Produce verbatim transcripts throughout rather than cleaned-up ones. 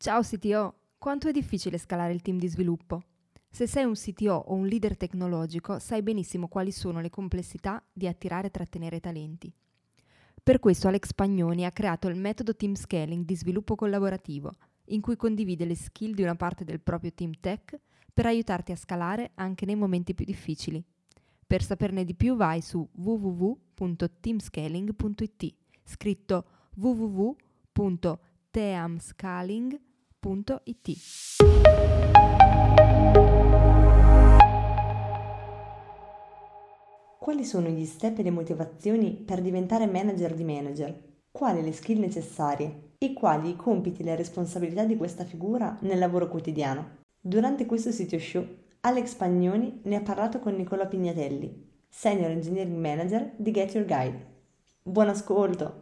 Ciao C T O, quanto è difficile scalare il team di sviluppo? Se sei un C T O o un leader tecnologico, sai benissimo quali sono le complessità di attirare e trattenere talenti. Per questo Alex Pagnoni ha creato il metodo Team Scaling di sviluppo collaborativo, in cui condivide le skill di una parte del proprio team tech per aiutarti a scalare anche nei momenti più difficili. Per saperne di più vai su w w w punto teamscaling punto i t, scritto w w w punto teamscaling punto i t. Quali sono gli step e le motivazioni per diventare manager di manager? Quali le skill necessarie? E quali i compiti e le responsabilità di questa figura nel lavoro quotidiano? Durante questo sito show, Alex Pagnoni ne ha parlato con Nicolò Pignatelli, Senior Engineering Manager di Get Your Guide. Buon ascolto!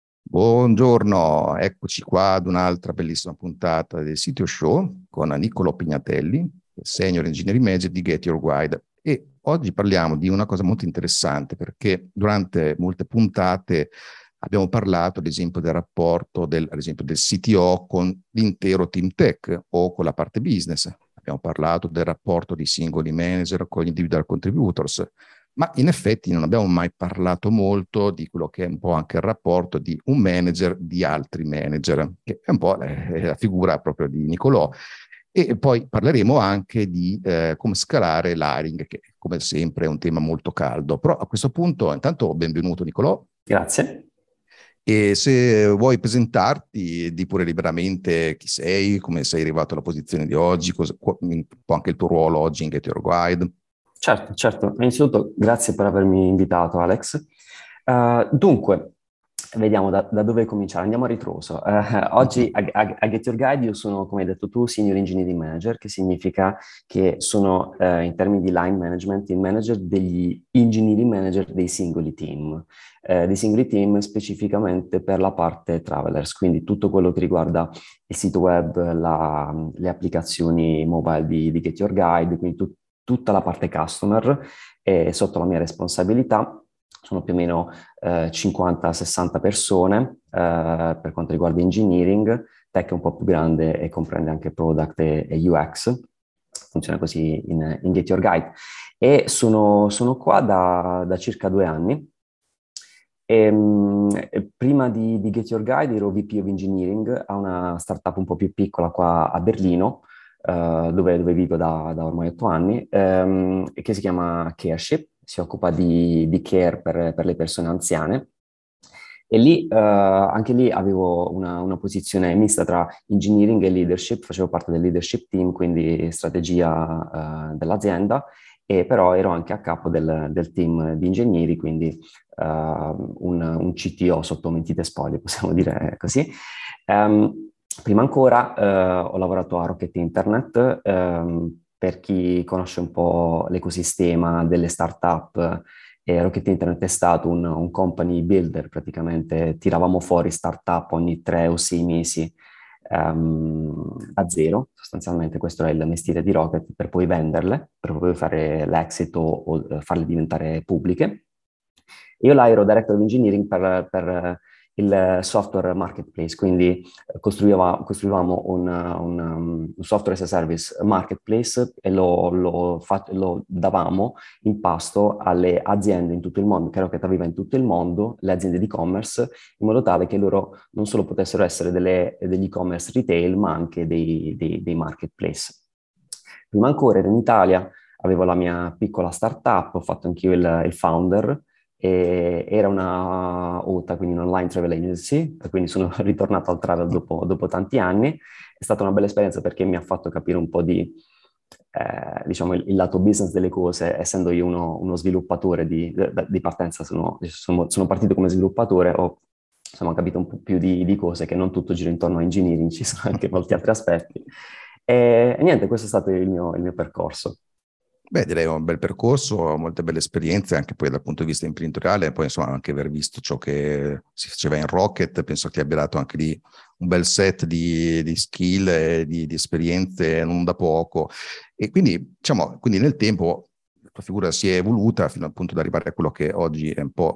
Buongiorno, eccoci qua ad un'altra bellissima puntata del Sito Show con Niccolò Pignatelli, Senior Engineering Manager di Get Your Guide. E oggi parliamo di una cosa molto interessante perché durante molte puntate abbiamo parlato ad esempio del rapporto del, ad esempio del C T O con l'intero team tech o con la parte business. Abbiamo parlato del rapporto di singoli manager con gli individual contributors. Ma in effetti non abbiamo mai parlato molto di quello che è un po' anche il rapporto di un manager di altri manager, che è un po' la figura proprio di Nicolò. E poi parleremo anche di eh, come scalare l'hiring, che come sempre è un tema molto caldo. Però a questo punto, intanto benvenuto Nicolò. Grazie. E se vuoi presentarti, di pure liberamente chi sei, come sei arrivato alla posizione di oggi, cosa, un po' anche il tuo ruolo oggi in Get Your Guide. Certo, certo. Innanzitutto grazie per avermi invitato, Alex. Uh, dunque, vediamo da, da dove cominciare. Andiamo a ritroso. Uh, oggi a, a, a Get Your Guide io sono, come hai detto tu, Senior Engineering Manager, che significa che sono, uh, in termini di line management, il manager degli engineering manager dei singoli team. Uh, dei singoli team specificamente per la parte travelers, quindi tutto quello che riguarda il sito web, la, le applicazioni mobile di, di Get Your Guide, quindi tutto tutta la parte customer è sotto la mia responsabilità. Sono più o meno eh, cinquanta sessanta persone eh, per quanto riguarda engineering. Tech è un po' più grande e comprende anche product e, e U X. Funziona così in, in Get Your Guide. E sono, sono qua da, da circa due anni. E, mh, prima di, di Get Your Guide ero V P of Engineering a una startup un po' più piccola qua a Berlino, Uh, dove, dove vivo da, da ormai otto anni, um, che si chiama Careship, si occupa di, di care per, per le persone anziane. E lì, uh, anche lì avevo una, una posizione mista tra engineering e leadership, facevo parte del leadership team, quindi strategia uh, dell'azienda, e però ero anche a capo del, del team di ingegneri, quindi uh, un, un C T O sotto mentite spoglie, possiamo dire così. Um, Prima ancora eh, ho lavorato a Rocket Internet, ehm, per chi conosce un po' l'ecosistema delle start-up, eh, Rocket Internet è stato un, un company builder, praticamente tiravamo fuori start-up ogni tre o sei mesi ehm, da zero, sostanzialmente questo era il mestiere di Rocket, per poi venderle, per poi fare l'exit o, o farle diventare pubbliche. Io là ero Director of Engineering per, per il software marketplace, quindi costruiva, costruivamo un, un, un software as a service marketplace e lo, lo, fa, lo davamo in pasto alle aziende in tutto il mondo, che Rocket aveva in tutto il mondo, le aziende di e-commerce, in modo tale che loro non solo potessero essere delle, degli e-commerce retail, ma anche dei, dei, dei marketplace. Prima ancora ero in Italia, avevo la mia piccola startup, ho fatto anch'io il, il founder, e era una O T A, quindi un online travel agency, quindi sono ritornato al travel dopo, dopo tanti anni. È stata una bella esperienza perché mi ha fatto capire un po' di, eh, diciamo, il, il lato business delle cose, essendo io uno, uno sviluppatore di, di partenza, sono, sono, sono partito come sviluppatore, ho insomma, capito un po' più di, di cose, che non tutto gira intorno a engineering, ci sono anche molti altri aspetti. E, e niente, questo è stato il mio, il mio percorso. Beh, direi un bel percorso, molte belle esperienze, anche poi dal punto di vista imprenditoriale, poi insomma anche aver visto ciò che si faceva in Rocket, penso che abbia dato anche lì un bel set di, di skill e di, di esperienze non da poco. E quindi, diciamo, quindi nel tempo la tua figura si è evoluta fino al punto di arrivare a quello che oggi è un po'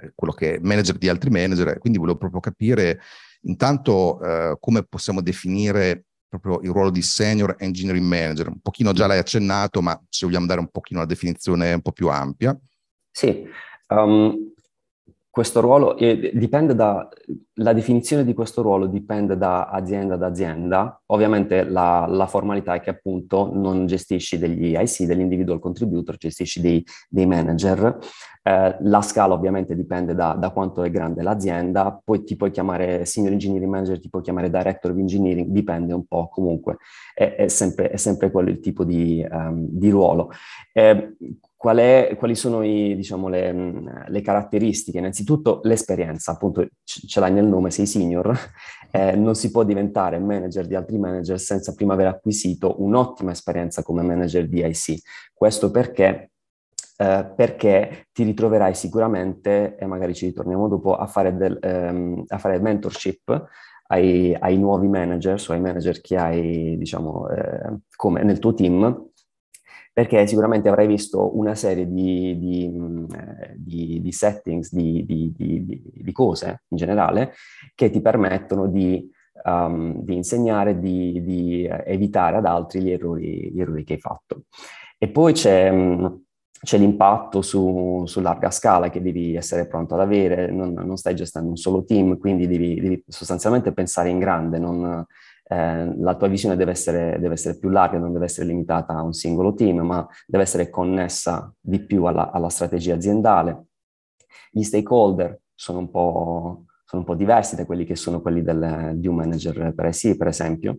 quello che è manager di altri manager, quindi volevo proprio capire intanto eh, come possiamo definire proprio il ruolo di senior engineering manager. Un pochino già l'hai accennato, ma se vogliamo dare un pochino una definizione un po' più ampia. Sì, um, questo ruolo eh, dipende da, la definizione di questo ruolo dipende da azienda ad azienda. Ovviamente la, la formalità è che appunto non gestisci degli I C, degli individual contributor, gestisci dei, dei manager. Eh, la scala ovviamente dipende da, da quanto è grande l'azienda, poi ti puoi chiamare senior engineering manager, ti puoi chiamare director of engineering, dipende un po', comunque è, è, sempre, è sempre quello il tipo di, um, di ruolo. Eh, Qual è, quali sono i, diciamo, le, le caratteristiche? Innanzitutto l'esperienza, appunto ce l'hai nel nome, sei senior, eh, non si può diventare manager di altri manager senza prima aver acquisito un'ottima esperienza come manager di I C. Questo perché, eh, perché ti ritroverai sicuramente, e magari ci ritorniamo dopo, a fare, del, ehm, a fare mentorship ai, ai nuovi managers o ai manager che hai, diciamo, eh, come nel tuo team, perché sicuramente avrai visto una serie di, di, di, di settings, di, di, di, di cose in generale, che ti permettono di, um, di insegnare, di, di evitare ad altri gli errori, gli errori che hai fatto. E poi c'è, c'è l'impatto su, su larga scala che devi essere pronto ad avere, non, non stai gestendo un solo team, quindi devi, devi sostanzialmente pensare in grande, non... Eh, la tua visione deve essere, deve essere più larga, non deve essere limitata a un singolo team, ma deve essere connessa di più alla, alla strategia aziendale. Gli stakeholder sono un po', sono un po' diversi da quelli che sono quelli del, di un manager per I C, per esempio.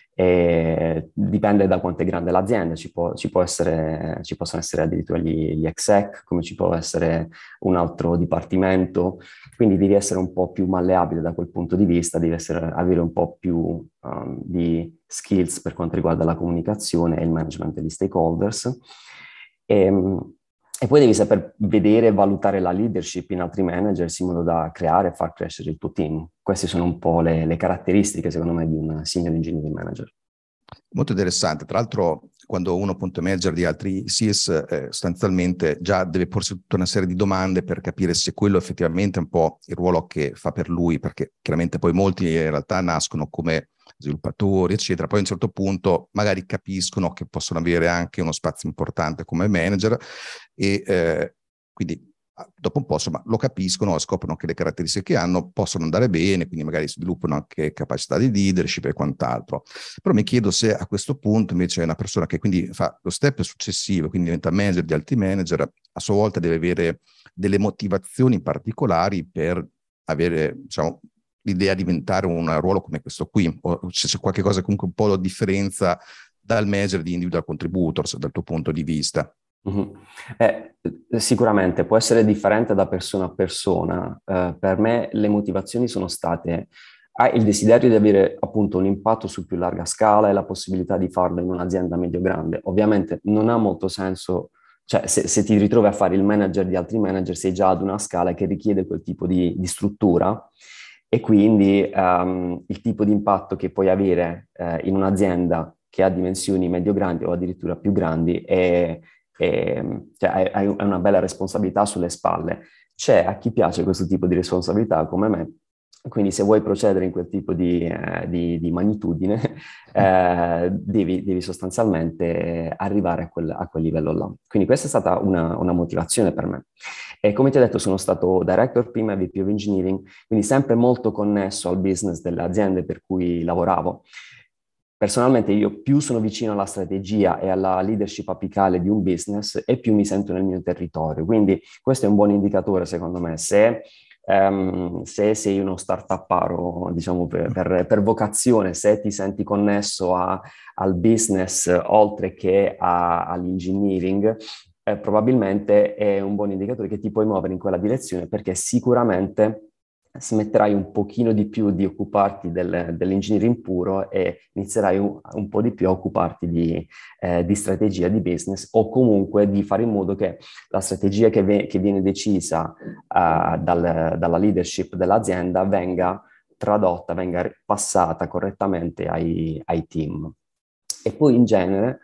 E dipende da quanto è grande l'azienda, ci, può, ci, può essere, ci possono essere addirittura gli, gli exec, come ci può essere un altro dipartimento, quindi devi essere un po' più malleabile da quel punto di vista, devi essere, avere un po' più um, di skills per quanto riguarda la comunicazione e il management degli stakeholders. E, e poi devi saper vedere e valutare la leadership in altri managers in modo da creare e far crescere il tuo team. Queste sono un po' le, le caratteristiche, secondo me, di un senior engineering manager. Molto interessante. Tra l'altro, quando uno appunto è manager di altri S I S, eh, sostanzialmente già deve porsi tutta una serie di domande per capire se quello effettivamente è un po' il ruolo che fa per lui, perché chiaramente poi molti in realtà nascono come sviluppatori, eccetera, poi a un certo punto magari capiscono che possono avere anche uno spazio importante come manager e eh, quindi dopo un po' insomma lo capiscono, scoprono che le caratteristiche che hanno possono andare bene, quindi magari sviluppano anche capacità di leadership e quant'altro. Però mi chiedo se a questo punto invece è una persona che quindi fa lo step successivo, quindi diventa manager di altri manager, a sua volta deve avere delle motivazioni particolari per avere, diciamo, l'idea di diventare un ruolo come questo qui, o se c'è qualche cosa comunque un po' la differenza dal manager di individual contributors dal tuo punto di vista. Mm-hmm. Eh, sicuramente può essere differente da persona a persona. Eh, per me le motivazioni sono state ah, il desiderio di avere appunto un impatto su più larga scala e la possibilità di farlo in un'azienda medio-grande. Ovviamente non ha molto senso, cioè se, se ti ritrovi a fare il manager di altri manager sei già ad una scala che richiede quel tipo di, di struttura e quindi um, il tipo di impatto che puoi avere eh, in un'azienda che ha dimensioni medio-grandi o addirittura più grandi è E, cioè, hai, hai una bella responsabilità sulle spalle. C'è a chi piace questo tipo di responsabilità come me, quindi se vuoi procedere in quel tipo di, eh, di, di magnitudine, eh, devi, devi sostanzialmente arrivare a quel, a quel livello là. Quindi questa è stata una, una motivazione per me. E come ti ho detto sono stato director prima, V P of Engineering, quindi sempre molto connesso al business delle aziende per cui lavoravo. Personalmente io più sono vicino alla strategia e alla leadership apicale di un business e più mi sento nel mio territorio. Quindi questo è un buon indicatore secondo me. Se, um, se sei uno startupparo, diciamo per, per, per vocazione, se ti senti connesso a, al business oltre che a, all'engineering, eh, probabilmente è un buon indicatore che ti puoi muovere in quella direzione perché sicuramente smetterai un pochino di più di occuparti del, dell'engineering puro e inizierai un, un po' di più a occuparti di, eh, di strategia di business o comunque di fare in modo che la strategia che, ve- che viene decisa uh, dal, dalla leadership dell'azienda venga tradotta, venga passata correttamente ai, ai team. E poi in genere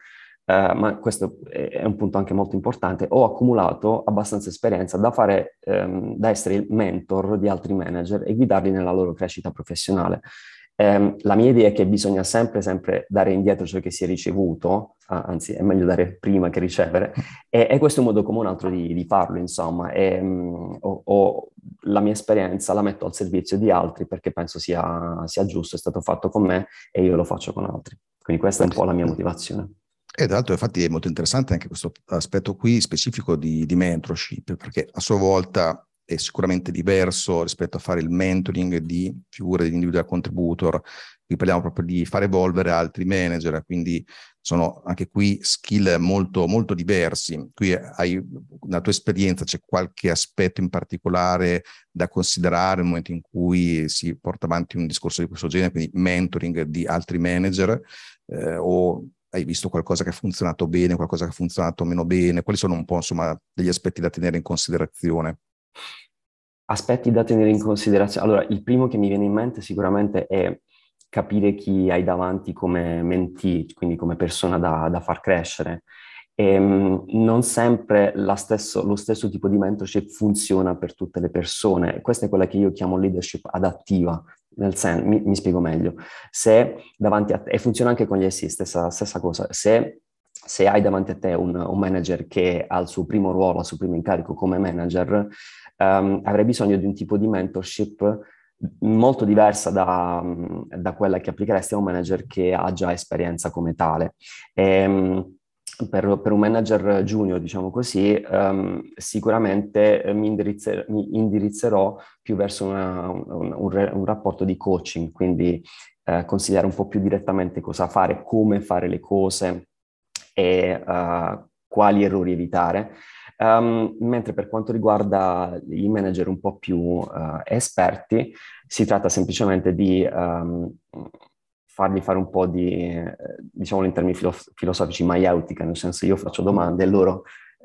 Uh, ma questo è un punto anche molto importante, ho accumulato abbastanza esperienza da fare, um, da essere il mentor di altri manager e guidarli nella loro crescita professionale. Um, la mia idea è che bisogna sempre, sempre dare indietro ciò che si è ricevuto, uh, anzi è meglio dare prima che ricevere, e, e questo è un modo come un altro di, di farlo, insomma. E, um, ho, ho la mia esperienza, la metto al servizio di altri perché penso sia, sia giusto, è stato fatto con me e io lo faccio con altri. Quindi questa è un po' la mia motivazione. E tra l'altro infatti è molto interessante anche questo aspetto qui specifico di, di mentorship, perché a sua volta è sicuramente diverso rispetto a fare il mentoring di figure di individual contributor. Qui parliamo proprio di far evolvere altri manager, quindi sono anche qui skill molto, molto diversi. Qui hai, nella tua esperienza c'è qualche aspetto in particolare da considerare nel momento in cui si porta avanti un discorso di questo genere, quindi mentoring di altri manager, eh, o hai visto qualcosa che ha funzionato bene, qualcosa che ha funzionato meno bene? Quali sono un po', insomma, degli aspetti da tenere in considerazione? Aspetti da tenere in considerazione. Allora, il primo che mi viene in mente sicuramente è capire chi hai davanti come mentee, quindi come persona da, da far crescere. E, mh, non sempre la stesso, lo stesso tipo di mentorship funziona per tutte le persone. Questa è quella che io chiamo leadership adattiva. Nel senso, mi, mi spiego meglio. Se davanti a te, e funziona anche con gli S I, stessa, stessa cosa, se, se hai davanti a te un, un manager che ha il suo primo ruolo, il suo primo incarico come manager, um, avrai bisogno di un tipo di mentorship molto diversa da, da quella che applicheresti a un manager che ha già esperienza come tale. E, per, per un manager junior, diciamo così, um, sicuramente mi, indirizzer, mi indirizzerò più verso una, un, un, un rapporto di coaching, quindi eh, consigliare un po' più direttamente cosa fare, come fare le cose e uh, quali errori evitare. Um, mentre per quanto riguarda i manager un po' più uh, esperti, si tratta semplicemente di um, fargli fare un po' di, eh, diciamo in termini filo- filosofici, maieutica, nel senso io faccio domande e loro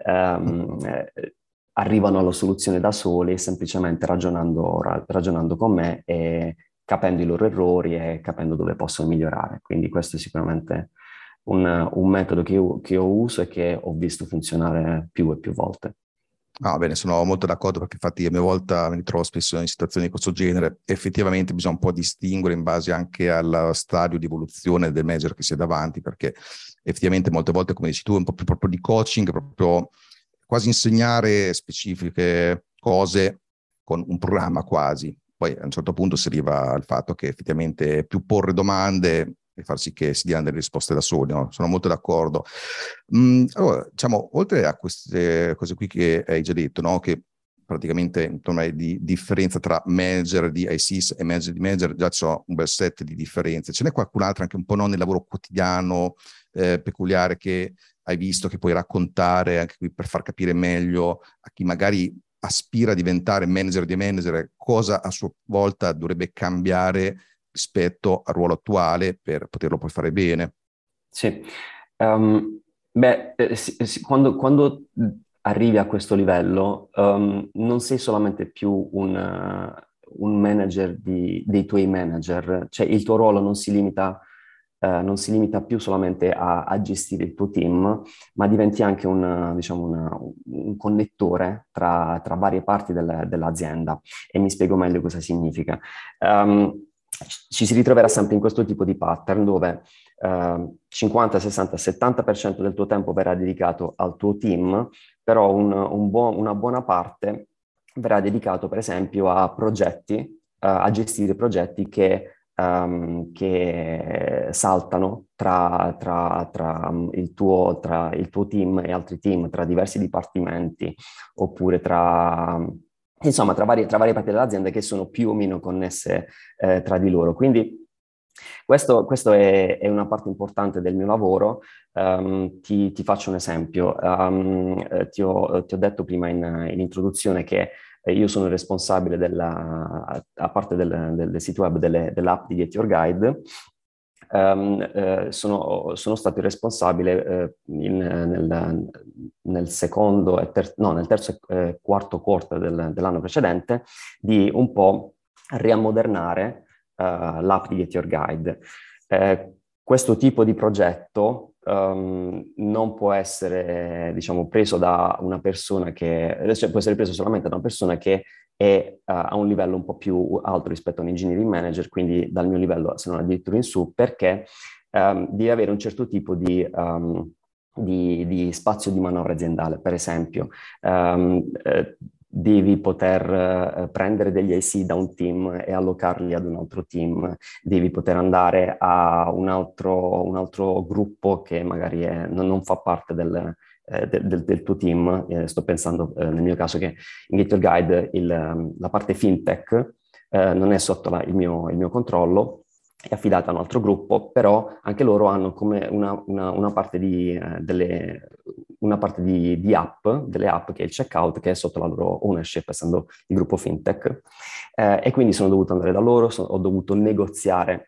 um, eh, arrivano alla soluzione da soli, semplicemente ragionando, ra- ragionando con me e capendo i loro errori e capendo dove possono migliorare. Quindi questo è sicuramente un, un metodo che io, che io uso e che ho visto funzionare più e più volte. Ah, bene, sono molto d'accordo perché infatti a mia volta mi ritrovo spesso in situazioni di questo genere. Effettivamente bisogna un po' distinguere in base anche al stadio di evoluzione del manager che si è davanti, perché effettivamente molte volte, come dici tu, è un po' più proprio di coaching, proprio quasi insegnare specifiche cose con un programma quasi. Poi a un certo punto si arriva al fatto che effettivamente più porre domande e far sì che si diano delle risposte da soli, no? Sono molto d'accordo. Mm, allora, diciamo, oltre a queste cose qui che hai già detto, no? Che praticamente insomma, di differenza tra manager di I S I S e manager di manager, già c'è un bel set di differenze. Ce n'è qualcun altro anche un po' non nel lavoro quotidiano, eh, peculiare che hai visto, che puoi raccontare anche qui per far capire meglio a chi magari aspira a diventare manager di manager, cosa a sua volta dovrebbe cambiare rispetto al ruolo attuale per poterlo poi fare bene? Sì, um, beh, eh, sì, sì, quando, quando arrivi a questo livello, um, non sei solamente più un, uh, un manager di, dei tuoi manager, cioè il tuo ruolo non si limita, uh, non si limita più solamente a, a gestire il tuo team, ma diventi anche un, diciamo una, un connettore tra, tra varie parti del, dell'azienda. E mi spiego meglio cosa significa. Um, ci si ritroverà sempre in questo tipo di pattern dove Uh, cinquanta, sessanta, settanta per cento del tuo tempo verrà dedicato al tuo team, però un, un buon, una buona parte verrà dedicato per esempio a progetti, uh, a gestire progetti che, um, che saltano tra, tra, tra, il tuo, tra il tuo team e altri team, tra diversi dipartimenti, oppure tra... Insomma, tra varie, tra varie parti dell'azienda che sono più o meno connesse eh, tra di loro. Quindi questo, questo è, è una parte importante del mio lavoro. Um, ti, ti faccio un esempio. Um, eh, ti, ho, ti ho detto prima in, in introduzione che eh, io sono il responsabile della, a parte del, del, del sito web delle, dell'app di Get Your Guide. Um, eh, sono, sono stato il responsabile eh, in, nel, nel secondo e ter- no, nel terzo e eh, quarto quarto del, dell'anno precedente di un po' riammodernare uh, l'app di Get Your Guide. Eh, questo tipo di progetto um, non può essere, diciamo, preso da una persona che, cioè può essere preso solamente da una persona che è uh, a un livello un po' più alto rispetto a un engineering manager, quindi dal mio livello, se non addirittura in su, perché um, devi avere un certo tipo di... Um, Di, di spazio di manovra aziendale. Per esempio, um, eh, devi poter eh, prendere degli I C da un team e allocarli ad un altro team, devi poter andare a un altro, un altro gruppo che magari è, non, non fa parte del, eh, del, del, del tuo team. Eh, sto pensando eh, nel mio caso che in Get Your Guide il, la parte fintech eh, non è sotto la, il, mio, il mio controllo, è affidata a un altro gruppo, però anche loro hanno come una, una, una parte, di, eh, delle, una parte di, di app, delle app che è il checkout, che è sotto la loro ownership, essendo il gruppo fintech. Eh, e quindi sono dovuto andare da loro, sono, ho dovuto negoziare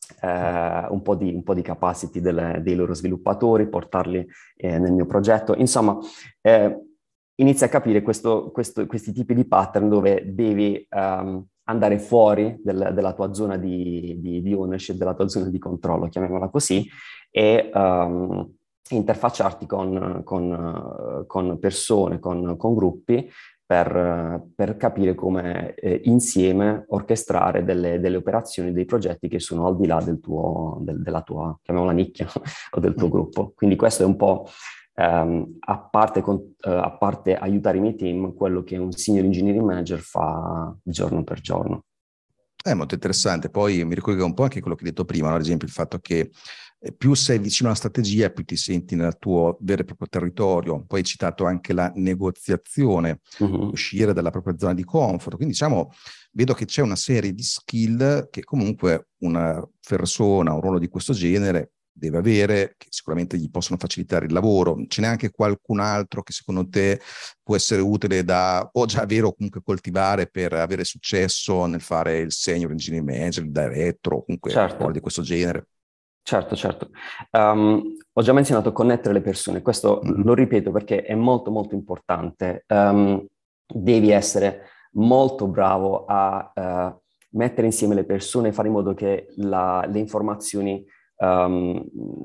eh, un, po di, un po' di capacity delle, dei loro sviluppatori, portarli eh, nel mio progetto. Insomma, eh, inizia a capire questo, questo, questi tipi di pattern dove devi... Um, andare fuori del, della tua zona di, di, di ownership, della tua zona di controllo, chiamiamola così, e um, interfacciarti con, con, con persone, con, con gruppi, per, per capire come eh, insieme orchestrare delle, delle operazioni, dei progetti che sono al di là del tuo, del, della tua, chiamiamola nicchia, o del tuo gruppo. Quindi questo è un po'... Um, a, parte con, uh, a parte aiutare i miei team, quello che un senior engineering manager fa giorno per giorno. È molto interessante. Poi mi ricordo un po' anche quello che hai detto prima, no? Ad esempio il fatto che più sei vicino alla strategia, più ti senti nel tuo vero e proprio territorio. Poi hai citato anche la negoziazione, Mm-hmm. uscire dalla propria zona di comfort. Quindi diciamo, vedo che c'è una serie di skill che comunque una persona, un ruolo di questo genere deve avere, che sicuramente gli possono facilitare il lavoro. Ce n'è anche qualcun altro che secondo te può essere utile da, o già avere o comunque coltivare per avere successo nel fare il senior engineering manager, il director o comunque Certo. ruoli di questo genere? Certo, certo. Um, ho già menzionato connettere le persone, questo mm-hmm. lo ripeto perché è molto molto importante. Um, devi essere molto bravo a uh, mettere insieme le persone e fare in modo che la, le informazioni um,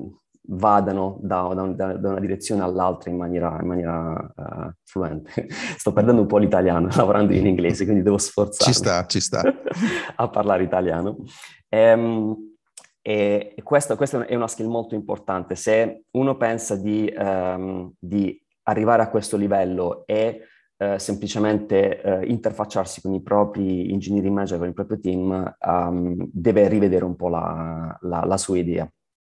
vadano da, da, da una direzione all'altra in maniera, in maniera uh, fluente. Sto perdendo un po' l'italiano lavorando in inglese, quindi devo sforzarmi. Ci sta, ci sta. a parlare italiano. Um, E questa, questa è una skill molto importante. Se uno pensa di, um, di arrivare a questo livello e uh, semplicemente uh, interfacciarsi con i propri engineering manager, con il proprio team, um, deve rivedere un po' la, la, la sua idea.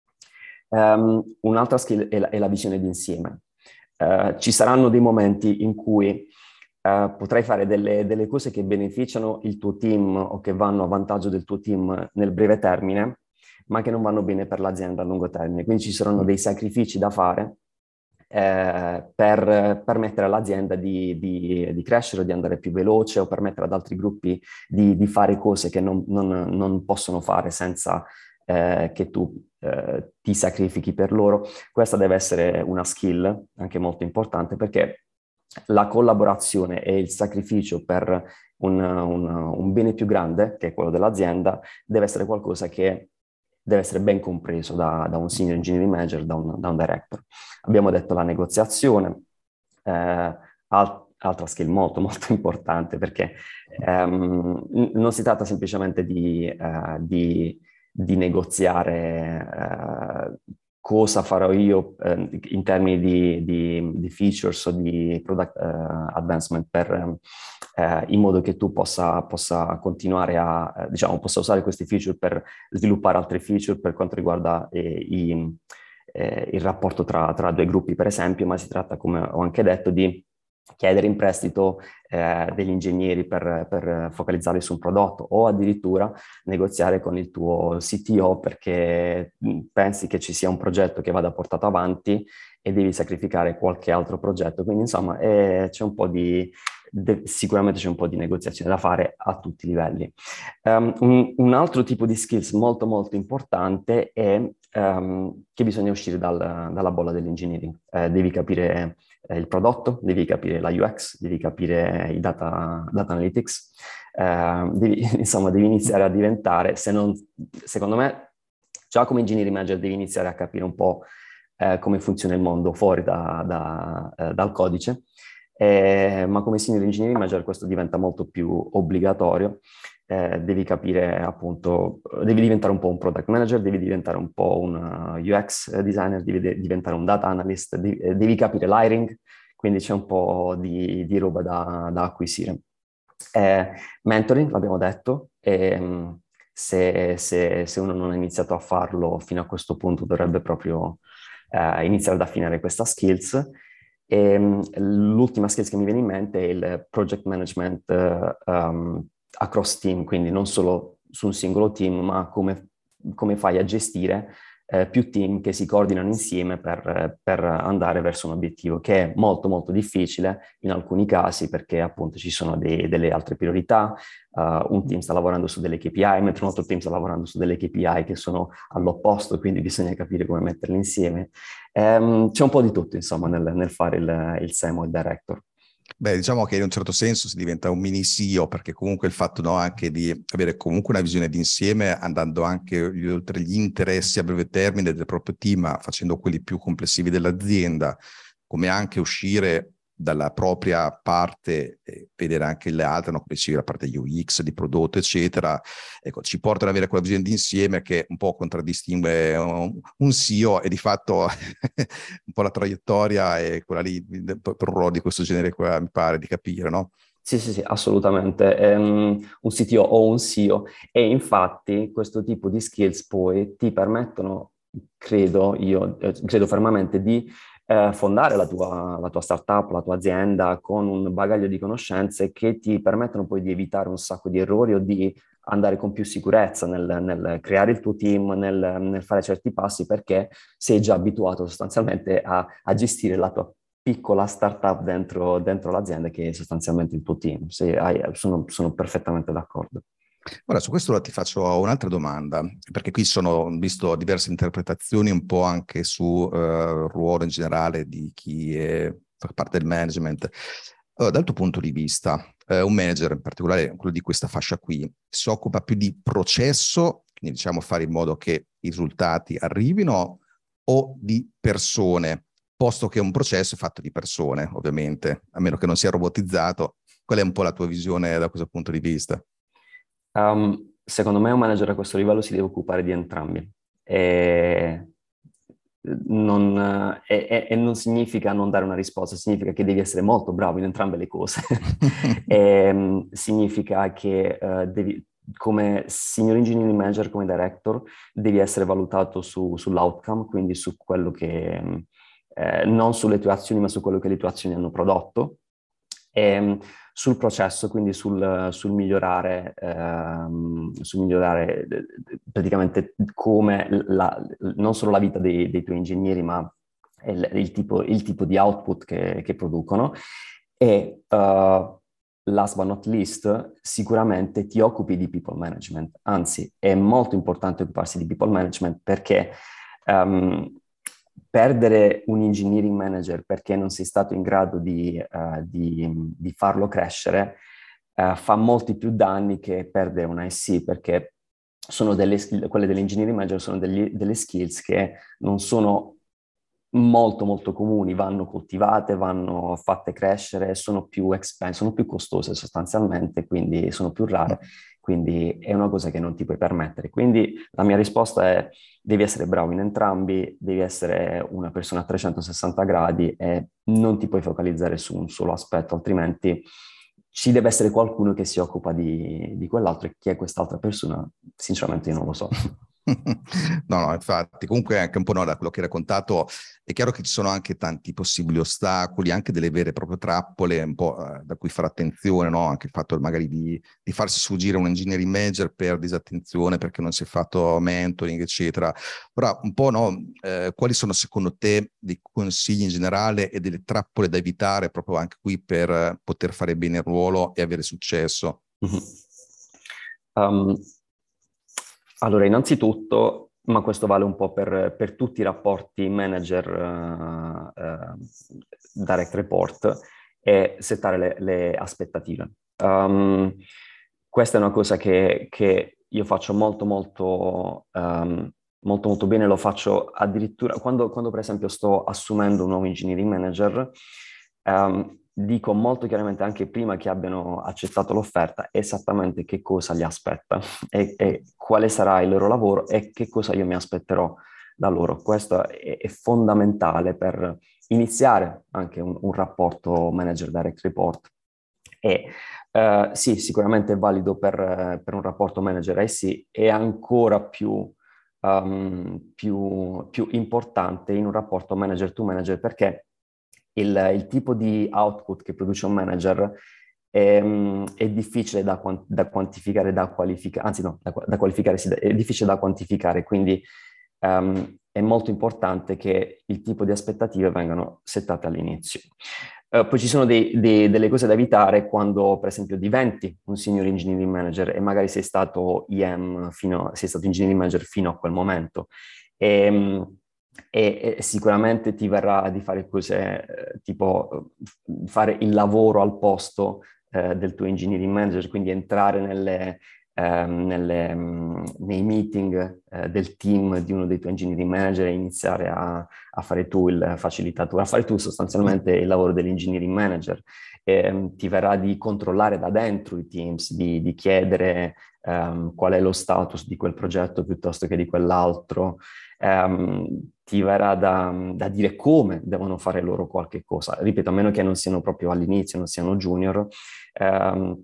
Um, un'altra skill è la, è la visione d'insieme. Uh, ci saranno dei momenti in cui Uh, potrai fare delle, delle cose che beneficiano il tuo team o che vanno a vantaggio del tuo team nel breve termine, ma che non vanno bene per l'azienda a lungo termine. Quindi ci saranno dei sacrifici da fare eh, per permettere all'azienda di, di, di crescere, di andare più veloce o permettere ad altri gruppi di, di fare cose che non, non, non possono fare senza eh, che tu eh, ti sacrifichi per loro. Questa deve essere una skill anche molto importante, perché la collaborazione e il sacrificio per un, un, un bene più grande, che è quello dell'azienda, deve essere qualcosa che deve essere ben compreso da, da un senior engineering manager, da un, da un director. Abbiamo detto la negoziazione, eh, alt, altra skill molto molto importante, perché um, non si tratta semplicemente di, uh, di, di negoziare uh, cosa farò io eh, in termini di, di, di features o di product eh, advancement per, eh, in modo che tu possa, possa continuare a, eh, diciamo, possa usare questi feature per sviluppare altri feature per quanto riguarda eh, i, eh, il rapporto tra, tra due gruppi, per esempio, ma si tratta, come ho anche detto, di chiedere in prestito eh, degli ingegneri per, per focalizzarli su un prodotto, o addirittura negoziare con il tuo C T O perché pensi che ci sia un progetto che vada portato avanti e devi sacrificare qualche altro progetto. Quindi insomma eh, c'è un po' di, de, sicuramente c'è un po' di negoziazione da fare a tutti i livelli. Um, un, un altro tipo di skills molto molto importante è um, che bisogna uscire dal, dalla bolla dell'engineering. Eh, devi capire il prodotto, devi capire la U X, devi capire i data, data analytics, eh, devi, insomma devi iniziare a diventare, se non, secondo me, già come engineering manager devi iniziare a capire un po' eh, come funziona il mondo fuori da, da, eh, dal codice, eh, ma come senior engineering manager questo diventa molto più obbligatorio. Eh, devi capire appunto, devi diventare un po' un product manager, devi diventare un po' un uh, U X designer, devi de- diventare un data analyst, devi, eh, devi capire l'hiring, quindi c'è un po' di, di roba da, da acquisire. Eh, mentoring, l'abbiamo detto, e, mh, se, se, se uno non ha iniziato a farlo fino a questo punto dovrebbe proprio eh, iniziare ad affinare questa skills. E, mh, l'ultima skills che mi viene in mente è il project management uh, um, across team, quindi non solo su un singolo team, ma come, come fai a gestire eh, più team che si coordinano insieme per, per andare verso un obiettivo, che è molto molto difficile in alcuni casi perché appunto ci sono dei, delle altre priorità, uh, un team sta lavorando su delle K P I, mentre un altro team sta lavorando su delle K P I che sono all'opposto, quindi bisogna capire come metterle insieme. Um, c'è un po' di tutto, insomma, nel, nel fare il, il S E M o il director. Beh, diciamo che in un certo senso si diventa un mini S E O, perché comunque il fatto, no, anche di avere comunque una visione d'insieme, andando anche oltre gli interessi a breve termine del proprio team, ma facendo quelli più complessivi dell'azienda, come anche uscire dalla propria parte e vedere anche le altre, no, come dicevi, la parte U X, di prodotto, eccetera, ecco, ci porta ad avere quella visione d'insieme che un po' contraddistingue un, un S E O, e di fatto un po' la traiettoria è quella lì per un ruolo di questo genere qua, mi pare di capire, no? Sì, sì, sì, assolutamente. È un, un C T O o un S E O, e infatti questo tipo di skills poi ti permettono, credo io, eh, credo fermamente, di eh, fondare la tua, la tua startup, la tua azienda con un bagaglio di conoscenze che ti permettono poi di evitare un sacco di errori o di andare con più sicurezza nel, nel creare il tuo team, nel, nel fare certi passi, perché sei già abituato sostanzialmente a, a gestire la tua piccola startup dentro, dentro l'azienda, che è sostanzialmente il tuo team. Sì, hai, sono, sono perfettamente d'accordo. Ora, su questo ti faccio un'altra domanda, perché qui sono ho visto diverse interpretazioni un po' anche su eh, ruolo in generale di chi è, fa parte del management. Allora, dal tuo punto di vista, eh, un manager, in particolare quello di questa fascia qui, si occupa più di processo, quindi diciamo fare in modo che i risultati arrivino, o di persone, posto che un processo è fatto di persone, ovviamente, a meno che non sia robotizzato. Qual è un po' la tua visione da questo punto di vista? Um, secondo me un manager a questo livello si deve occupare di entrambi. E non, e, e, e non significa non dare una risposta, significa che devi essere molto bravo in entrambe le cose. E, um, significa che uh, devi, come senior engineering manager, come director, devi essere valutato su, sull'outcome, quindi su quello che, eh, non sulle tue azioni, ma su quello che le tue azioni hanno prodotto. E, sul processo, quindi sul, sul migliorare, ehm, sul migliorare eh, praticamente come la, non solo la vita dei, dei tuoi ingegneri, ma il, il, tipo, il tipo di output che, che producono. E uh, last but not least, sicuramente ti occupi di people management. Anzi, è molto importante occuparsi di people management, perché um, perdere un engineering manager perché non sei stato in grado di, uh, di, di farlo crescere uh, fa molti più danni che perdere una S C, perché sono delle skill, quelle dell'engineering manager sono degli, delle skills che non sono molto molto comuni, vanno coltivate, vanno fatte crescere, sono più expensive, sono più costose sostanzialmente, quindi sono più rare, quindi è una cosa che non ti puoi permettere. Quindi la mia risposta è: devi essere bravo in entrambi, devi essere una persona a trecentosessanta gradi e non ti puoi focalizzare su un solo aspetto, altrimenti ci deve essere qualcuno che si occupa di, di quell'altro, e chi è quest'altra persona, sinceramente io non lo so. No, no, infatti, comunque anche un po' no, da quello che hai raccontato, è chiaro che ci sono anche tanti possibili ostacoli, anche delle vere e proprie trappole, un po' eh, da cui fare attenzione, no? Anche il fatto magari di, di farsi sfuggire un engineering manager per disattenzione, perché non si è fatto mentoring, eccetera. Ora, un po', no, eh, quali sono secondo te dei consigli in generale e delle trappole da evitare proprio anche qui per poter fare bene il ruolo e avere successo? Mm-hmm. Um, allora, innanzitutto, ma questo vale un po' per, per tutti i rapporti manager, uh, uh, direct report, è settare le, le aspettative. Um, questa è una cosa che, che io faccio molto molto um, molto molto bene, lo faccio addirittura quando, quando per esempio sto assumendo un nuovo engineering manager, ehm, dico molto chiaramente anche prima che abbiano accettato l'offerta esattamente che cosa li aspetta e, e quale sarà il loro lavoro e che cosa io mi aspetterò da loro. Questo è, è fondamentale per iniziare anche un, un rapporto manager-direct report. E eh, sì, sicuramente è valido per, eh, per un rapporto manager I C, è ancora più, um, più, più importante in un rapporto manager to manager perché il, il tipo di output che produce un manager è, è difficile da, da quantificare, da qualificare, anzi no, da, da qualificare sì, è difficile da quantificare, quindi um, è molto importante che il tipo di aspettative vengano settate all'inizio. Uh, poi ci sono dei, dei, delle cose da evitare quando, per esempio, diventi un senior engineering manager e magari sei stato E M fino, sei stato engineering manager fino a quel momento. E, e, e sicuramente ti verrà di fare cose eh, tipo fare il lavoro al posto eh, del tuo engineering manager, quindi entrare nelle, ehm, nelle, mh, nei meeting eh, del team di uno dei tuoi engineering manager e iniziare a, a fare tu il facilitatore, a fare tu sostanzialmente il lavoro dell'engineering manager. E, ti verrà di controllare da dentro i teams, di, di chiedere um, qual è lo status di quel progetto piuttosto che di quell'altro. Um, ti verrà da, da dire come devono fare loro qualche cosa. Ripeto, a meno che non siano proprio all'inizio, non siano junior, um,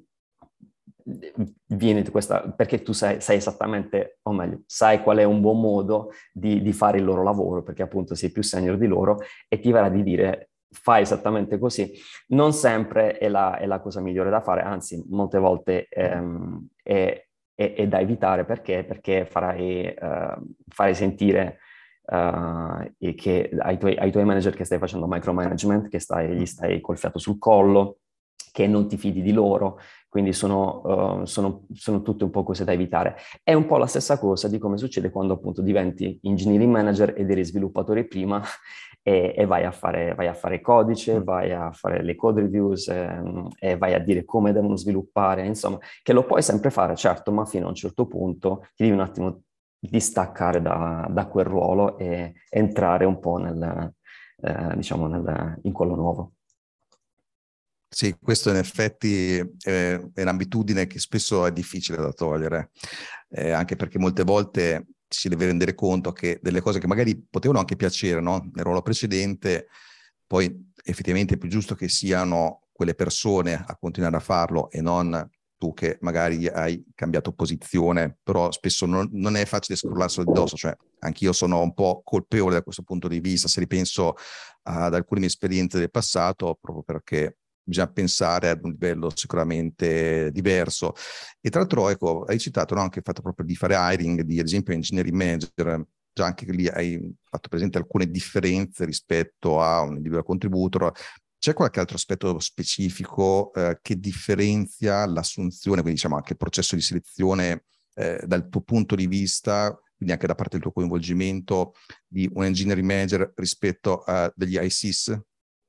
viene questa, perché tu sai, sai esattamente, o meglio, sai qual è un buon modo di, di fare il loro lavoro, perché appunto sei più senior di loro e ti verrà di dire fai esattamente così. Non sempre è la, è la cosa migliore da fare, anzi molte volte ehm, è, è, è da evitare perché, perché farai, eh, farai sentire uh, che ai tuoi, ai tuoi manager che stai facendo micromanagement, che stai, gli stai col fiato sul collo, che non ti fidi di loro, quindi sono, uh, sono, sono tutte un po' cose da evitare. È un po' la stessa cosa di come succede quando appunto diventi engineering manager ed eri sviluppatore prima e, e vai, a fare, vai a fare codice, vai a fare le code reviews ehm, e vai a dire come devono sviluppare, insomma, che lo puoi sempre fare, certo, ma fino a un certo punto ti devi un attimo distaccare da, da quel ruolo e entrare un po' nel, eh, diciamo, nel, in quello nuovo. Sì, questo in effetti è un'abitudine che spesso è difficile da togliere, eh, anche perché molte volte ci si deve rendere conto che delle cose che magari potevano anche piacere, no? Nel ruolo precedente, poi effettivamente è più giusto che siano quelle persone a continuare a farlo e non tu che magari hai cambiato posizione, però spesso non, non è facile scrollarselo di dosso, cioè anch'io sono un po' colpevole da questo punto di vista, se ripenso ad alcune mie esperienze del passato, proprio perché bisogna pensare ad un livello sicuramente diverso. E tra l'altro, ecco, hai citato, no, anche il fatto proprio di fare hiring, di ad esempio engineering manager, già anche lì hai fatto presente alcune differenze rispetto a un individual contributor. C'è qualche altro aspetto specifico eh, che differenzia l'assunzione, quindi diciamo anche il processo di selezione eh, dal tuo punto di vista, quindi anche da parte del tuo coinvolgimento di un engineering manager rispetto a degli I C S?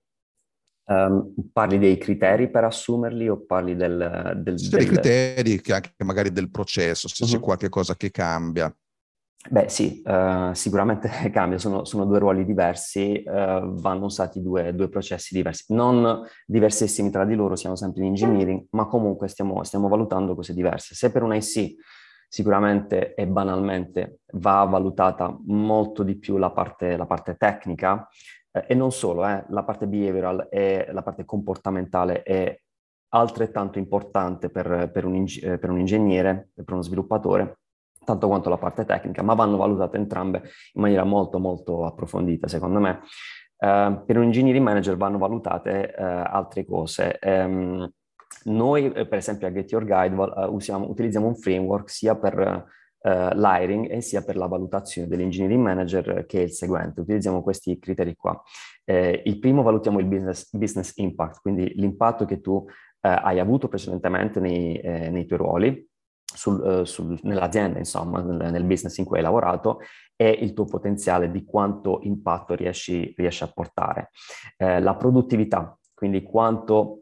Um, parli dei criteri per assumerli o parli del... del, Sia dei del... criteri che anche magari del processo, se uh-huh. c'è qualche cosa che cambia. Beh sì, uh, sicuramente cambia, sono, sono due ruoli diversi, uh, vanno usati due, due processi diversi, non diversissimi tra di loro, siamo sempre in engineering, ma comunque stiamo, stiamo valutando cose diverse. Se per un I C sicuramente e banalmente va valutata molto di più la parte, la parte tecnica, eh, e non solo, eh, la parte behavioral e la parte comportamentale è altrettanto importante per, per, un, ing- per un ingegnere, per uno sviluppatore, tanto quanto la parte tecnica, ma vanno valutate entrambe in maniera molto molto approfondita, secondo me. Uh, per un engineering manager vanno valutate uh, altre cose. Um, noi, eh, per esempio, a Get Your Guide uh, usiamo, utilizziamo un framework sia per uh, l'hiring e sia per la valutazione dell'engineering manager, che è il seguente. Utilizziamo questi criteri qua. Eh, il primo valutiamo il business, business impact, quindi l'impatto che tu uh, hai avuto precedentemente nei, eh, nei tuoi ruoli, Sul, uh, sul, nell'azienda, insomma, nel, nel business in cui hai lavorato, e il tuo potenziale di quanto impatto riesci, riesci a portare. Eh, la produttività, quindi quanto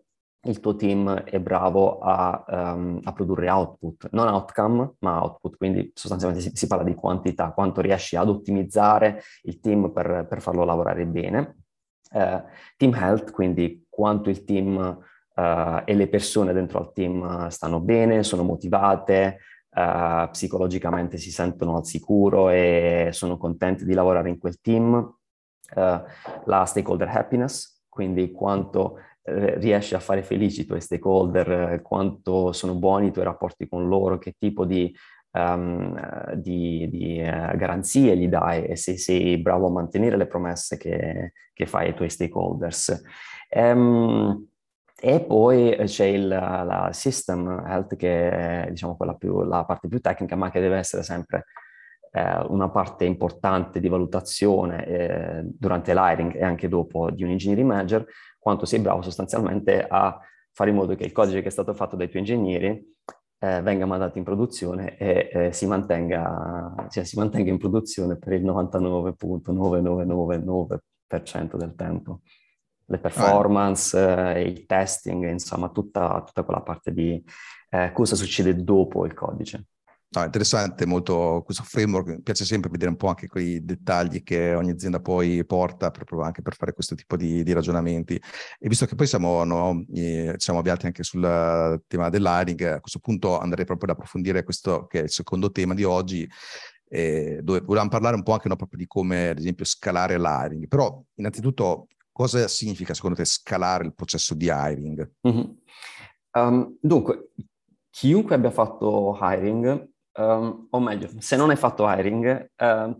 il tuo team è bravo a, um, a produrre output, non outcome, ma output, quindi sostanzialmente si, si parla di quantità, quanto riesci ad ottimizzare il team per, per farlo lavorare bene. Uh, team health, quindi quanto il team uh, e le persone dentro al team stanno bene, sono motivate, uh, psicologicamente si sentono al sicuro e sono contenti di lavorare in quel team. Uh, la stakeholder happiness, quindi quanto riesci a fare felici i tuoi stakeholder, quanto sono buoni i tuoi rapporti con loro, che tipo di, um, di, di uh, garanzie gli dai e se sei bravo a mantenere le promesse che, che fai ai tuoi stakeholders. Um, e poi c'è il la system health, che è, diciamo, quella più, la parte più tecnica, ma che deve essere sempre eh, una parte importante di valutazione eh, durante l'hiring e anche dopo di un engineering manager, quanto sei bravo sostanzialmente a fare in modo che il codice che è stato fatto dai tuoi ingegneri eh, venga mandato in produzione e eh, si mantenga, cioè, si mantenga in produzione per il novantanove virgola novantanove per cento del tempo. Le performance, eh, il testing, insomma, tutta, tutta quella parte di eh, cosa succede dopo il codice. No, interessante molto questo framework, mi piace sempre vedere un po' anche quei dettagli che ogni azienda poi porta proprio anche per fare questo tipo di, di ragionamenti. E visto che poi siamo, no, eh, siamo avviati anche sul tema dell'hiring, a questo punto andrei proprio ad approfondire questo che è il secondo tema di oggi, eh, dove volevamo parlare un po' anche, no, proprio di come ad esempio scalare l'hiring. Però innanzitutto cosa significa secondo te scalare il processo di hiring? Mm-hmm. Um, dunque, chiunque abbia fatto hiring, Um, o meglio, se non hai fatto hiring, uh,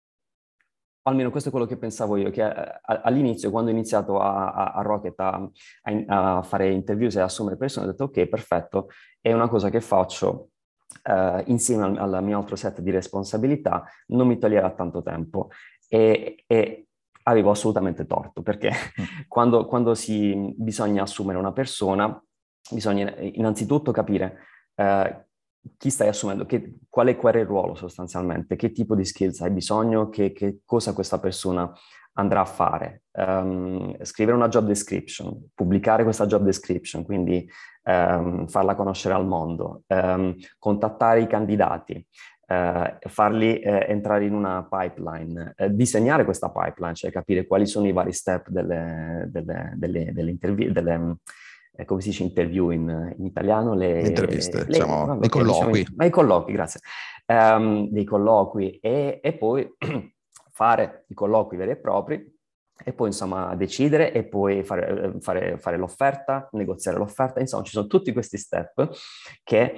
almeno questo è quello che pensavo io, che uh, all'inizio, quando ho iniziato a, a, a Rocket a, a, a fare interviews e a assumere persone, ho detto ok, perfetto, è una cosa che faccio uh, insieme al, al mio altro set di responsabilità, non mi toglierà tanto tempo. E, e avevo assolutamente torto, perché quando, quando si, bisogna assumere una persona, bisogna innanzitutto capire uh, chi stai assumendo, che, qual, è, qual è il ruolo sostanzialmente, che tipo di skills hai bisogno, che, che cosa questa persona andrà a fare. Um, scrivere una job description, pubblicare questa job description, quindi um, farla conoscere al mondo, um, contattare i candidati, uh, farli uh, entrare in una pipeline, uh, disegnare questa pipeline, cioè capire quali sono i vari step delle, delle, delle, delle interviste, delle Eh, come si dice interview in, in italiano? Le, Le interviste, le, diciamo, vabbè, i okay, colloqui. Diciamo, ma i colloqui, grazie. Um, dei colloqui e, e poi fare i colloqui veri e propri e poi insomma decidere e poi fare, fare, fare l'offerta, negoziare l'offerta, insomma ci sono tutti questi step che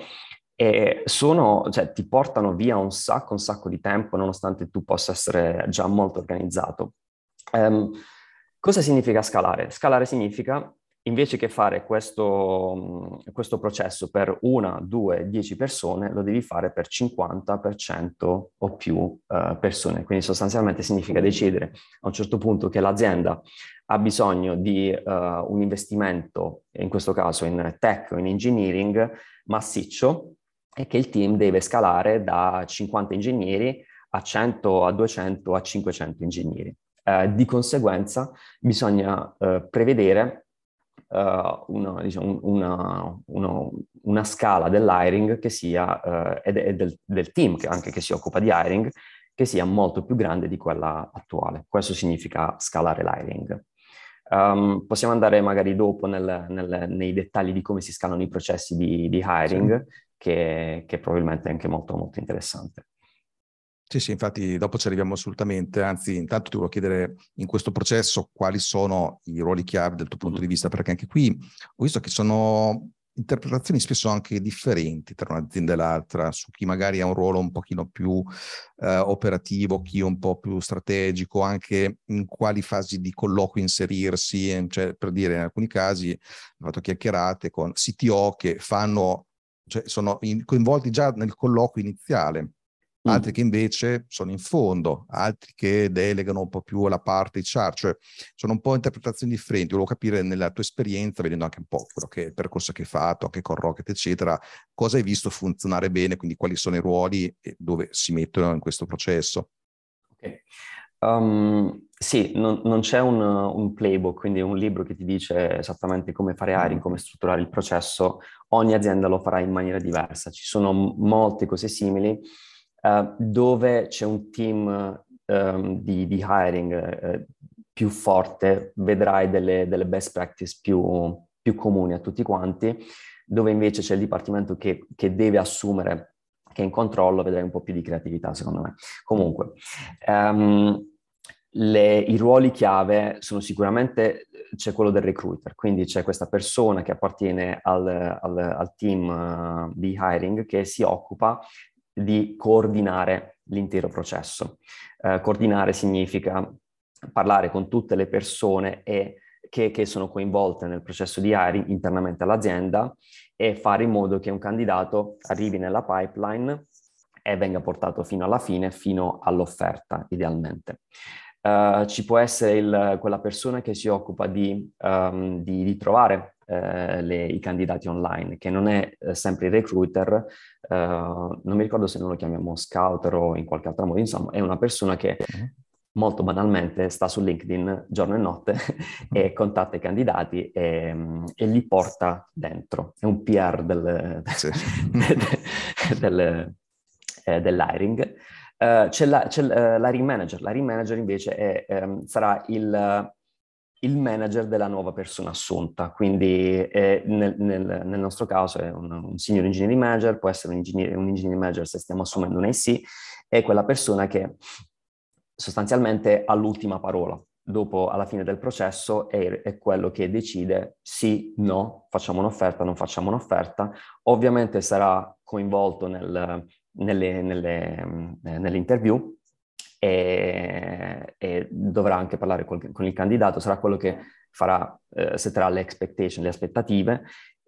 eh, sono, cioè, ti portano via un sacco, un sacco di tempo nonostante tu possa essere già molto organizzato. Um, cosa significa scalare? Scalare significa invece che fare questo, questo processo per una, due, dieci persone, lo devi fare per cinquanta per cento o più uh, persone. Quindi sostanzialmente significa decidere a un certo punto che l'azienda ha bisogno di uh, un investimento, in questo caso in tech o in engineering, massiccio, e che il team deve scalare da cinquanta ingegneri a cento, a duecento, a cinquecento ingegneri. Uh, di conseguenza bisogna uh, prevedere Uh, una, diciamo, una, una, una scala dell'hiring che sia, uh, e, de, e del, del team che anche che si occupa di hiring, che sia molto più grande di quella attuale. Questo significa scalare l'hiring. Um, possiamo andare magari dopo nel, nel, nei dettagli di come si scalano i processi di, di hiring, sì. che, che probabilmente è anche molto, molto interessante. Sì, sì, infatti dopo ci arriviamo assolutamente, anzi intanto ti volevo chiedere in questo processo quali sono i ruoli chiave dal tuo punto di vista, perché anche qui ho visto che sono interpretazioni spesso anche differenti tra un'azienda e l'altra, su chi magari ha un ruolo un pochino più eh, operativo, chi un po' più strategico, anche in quali fasi di colloquio inserirsi, cioè per dire in alcuni casi ho fatto chiacchierate con C T O che fanno, cioè sono in, coinvolti già nel colloquio iniziale, altri che invece sono in fondo, altri che delegano un po' più alla parte H R, cioè sono un po' interpretazioni differenti. Volevo capire nella tua esperienza, vedendo anche un po' quello che il percorso che hai fatto, anche con Rocket, eccetera, cosa hai visto funzionare bene, quindi quali sono i ruoli e dove si mettono in questo processo. Ok. Um, Sì, non, non c'è un, un playbook, quindi un libro che ti dice esattamente come fare hiring, come strutturare il processo. Ogni azienda lo farà in maniera diversa. Ci sono m- molte cose simili eh, dove c'è un team ehm, di, di hiring eh, più forte, vedrai delle, delle best practice più, più comuni a tutti quanti, dove invece c'è il dipartimento che, che deve assumere, che è in controllo, vedrai un po' più di creatività, secondo me. Comunque, ehm, le- i ruoli chiave sono sicuramente, c'è quello del recruiter, quindi c'è questa persona che appartiene al, al- al team eh, di hiring che si occupa di coordinare l'intero processo. Eh, coordinare significa parlare con tutte le persone e- che, che sono coinvolte nel processo di hiring internamente all'azienda e fare in modo che un candidato arrivi nella pipeline e venga portato fino alla fine, fino all'offerta, idealmente. Uh, ci può essere il, quella persona che si occupa di, um, di, di trovare uh, le, i candidati online, che non è uh, sempre il recruiter, uh, non mi ricordo se noi lo chiamiamo scouter o in qualche altro modo, insomma, è una persona che molto banalmente sta su LinkedIn giorno e notte e contatta i candidati e, e li porta dentro. È un P R del, Sì. del, del, eh, dell'hiring. Uh, c'è la, c'è l'hiring manager. L'hiring manager invece è, ehm, sarà il, il manager della nuova persona assunta, quindi è nel, nel, nel nostro caso è un, un senior engineering manager, può essere un engineering, un engineering manager se stiamo assumendo un A C, è quella persona che sostanzialmente ha l'ultima parola. Dopo, alla fine del processo, è, è quello che decide sì, no, facciamo un'offerta, non facciamo un'offerta. Ovviamente sarà coinvolto nel, nelle, nelle, eh, nell'interview e, e dovrà anche parlare col, con il candidato, sarà quello che farà, eh, setterà le expectation, le aspettative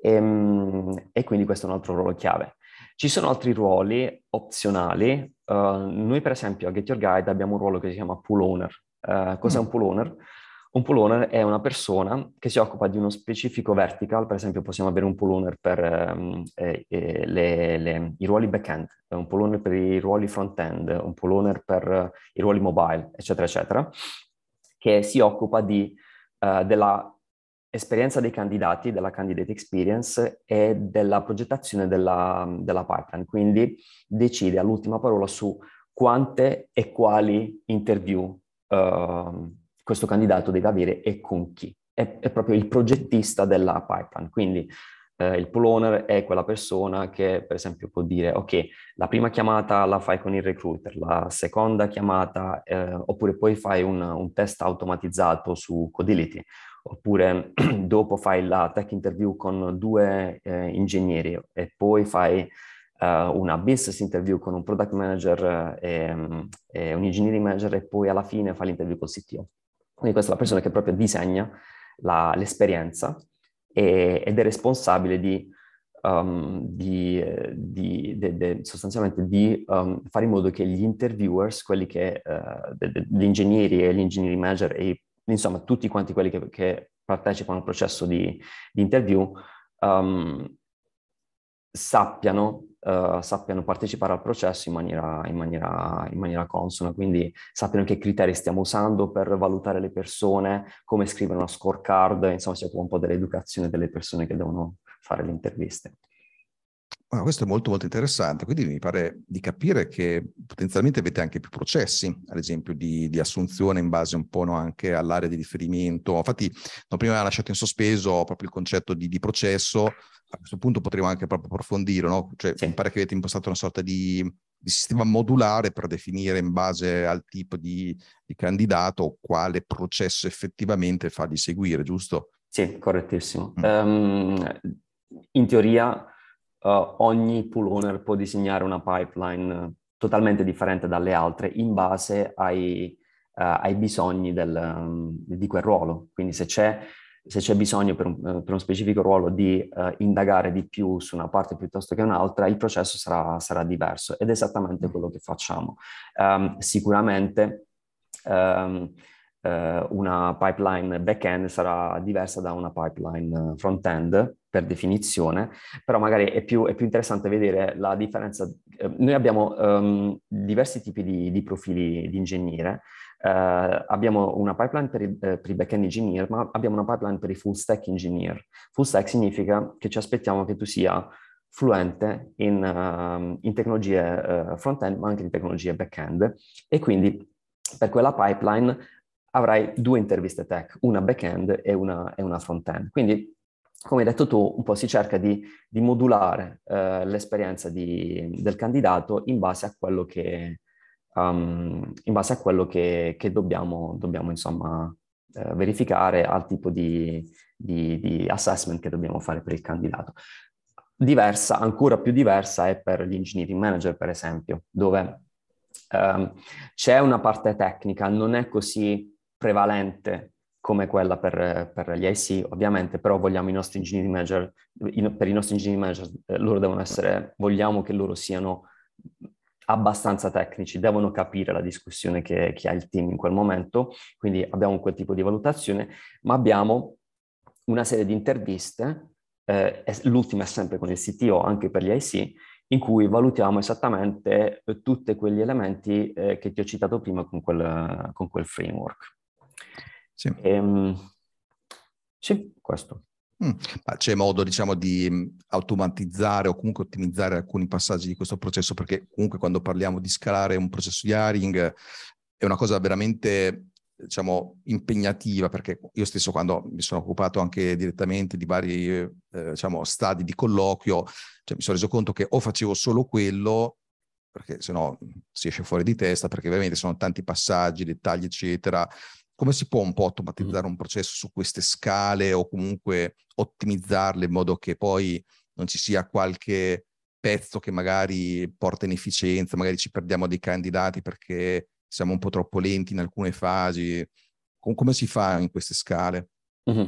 e, e quindi questo è un altro ruolo chiave. Ci sono altri ruoli opzionali. Uh, noi per esempio a Get Your Guide abbiamo un ruolo che si chiama pool owner. Uh, cos'è Mm. un pool owner? Un pool owner è una persona che si occupa di uno specifico vertical, per esempio possiamo avere un pool owner per um, eh, eh, le, le, i ruoli back-end, un pool owner per i ruoli front-end, un pool owner per uh, i ruoli mobile, eccetera, eccetera, che si occupa di, uh, della esperienza dei candidati, della candidate experience e della progettazione della, della pipeline, quindi decide all'ultima parola su quante e quali interview uh, questo candidato deve avere e con chi. È, è proprio il progettista della pipeline, quindi eh, il pool owner è quella persona che per esempio può dire ok, la prima chiamata la fai con il recruiter, la seconda chiamata eh, oppure poi fai un, un test automatizzato su Codility, oppure dopo fai la tech interview con due eh, ingegneri e poi fai uh, una business interview con un product manager e, e un engineering manager e poi alla fine fai l'interview col C T O. Quindi questa è la persona che proprio disegna la, l'esperienza e, ed è responsabile di, um, di, di de, de, sostanzialmente di um, fare in modo che gli interviewers, quelli che, uh, de, de, gli ingegneri e gli engineering manager e insomma tutti quanti quelli che, che partecipano al processo di, di interview um, sappiano, uh, sappiano partecipare al processo in maniera, in, maniera, in maniera consona, quindi sappiano che criteri stiamo usando per valutare le persone, come scrivere una scorecard, insomma si occupa un po' dell'educazione delle persone che devono fare le interviste. Ah, questo è molto molto interessante, quindi mi pare di capire che potenzialmente avete anche più processi, ad esempio di, di assunzione in base un po' no, anche all'area di riferimento. Infatti no, prima aveva lasciato in sospeso proprio il concetto di, di processo, a questo punto potremo anche proprio approfondire, no? Cioè, Sì. mi pare che avete impostato una sorta di, di sistema modulare per definire in base al tipo di, di candidato quale processo effettivamente fargli seguire, giusto? Sì, correttissimo. Mm. Um, in teoria Uh, ogni pool owner può disegnare una pipeline totalmente differente dalle altre in base ai, uh, ai bisogni del, um, di quel ruolo. Quindi se c'è, se c'è bisogno per un, uh, per uno specifico ruolo di uh, indagare di più su una parte piuttosto che un'altra, il processo sarà, sarà diverso ed è esattamente quello che facciamo. Um, sicuramente um, uh, una pipeline back-end sarà diversa da una pipeline front-end per definizione, però magari è più, è più interessante vedere la differenza. Eh, noi abbiamo um, diversi tipi di, di profili di ingegnere, abbiamo una pipeline per i, eh, per i back-end engineer, ma abbiamo una pipeline per i full stack engineer. Full stack significa che ci aspettiamo che tu sia fluente in, uh, in tecnologie uh, front-end, ma anche in tecnologie back-end, e quindi per quella pipeline avrai due interviste tech, una back-end e una, e una front-end. Quindi, come hai detto tu, un po' si cerca di, di modulare uh, l'esperienza di, del candidato in base a quello che, um, in base a quello che, che dobbiamo, dobbiamo insomma, uh, verificare, al tipo di, di, di assessment che dobbiamo fare per il candidato. Diversa, ancora più diversa è per gli engineering manager, per esempio, dove um, c'è una parte tecnica, non è così prevalente come quella per, per gli I C, ovviamente, però vogliamo i nostri engineering manager, in, per i nostri engineering manager, eh, loro devono essere, vogliamo che loro siano abbastanza tecnici, devono capire la discussione che, che ha il team in quel momento, quindi abbiamo quel tipo di valutazione, ma abbiamo una serie di interviste. Eh, l'ultima è sempre con il C T O, anche per gli I C, in cui valutiamo esattamente eh, tutti quegli elementi eh, che ti ho citato prima con quel, con quel framework. Sì. Ehm, sì, questo. Mm. Ma c'è modo, diciamo, di mh, automatizzare o comunque ottimizzare alcuni passaggi di questo processo? Perché comunque quando parliamo di scalare un processo di hiring è una cosa veramente, diciamo, impegnativa, perché io stesso, quando mi sono occupato anche direttamente di vari eh, diciamo stadi di colloquio, cioè mi sono reso conto che o facevo solo quello, perché sennò si esce fuori di testa, perché veramente sono tanti passaggi, dettagli, eccetera. Come si può un po' automatizzare un processo su queste scale o comunque ottimizzarle in modo che poi non ci sia qualche pezzo che magari porta inefficienza, magari ci perdiamo dei candidati perché siamo un po' troppo lenti in alcune fasi? Come si fa in queste scale? Mm-hmm.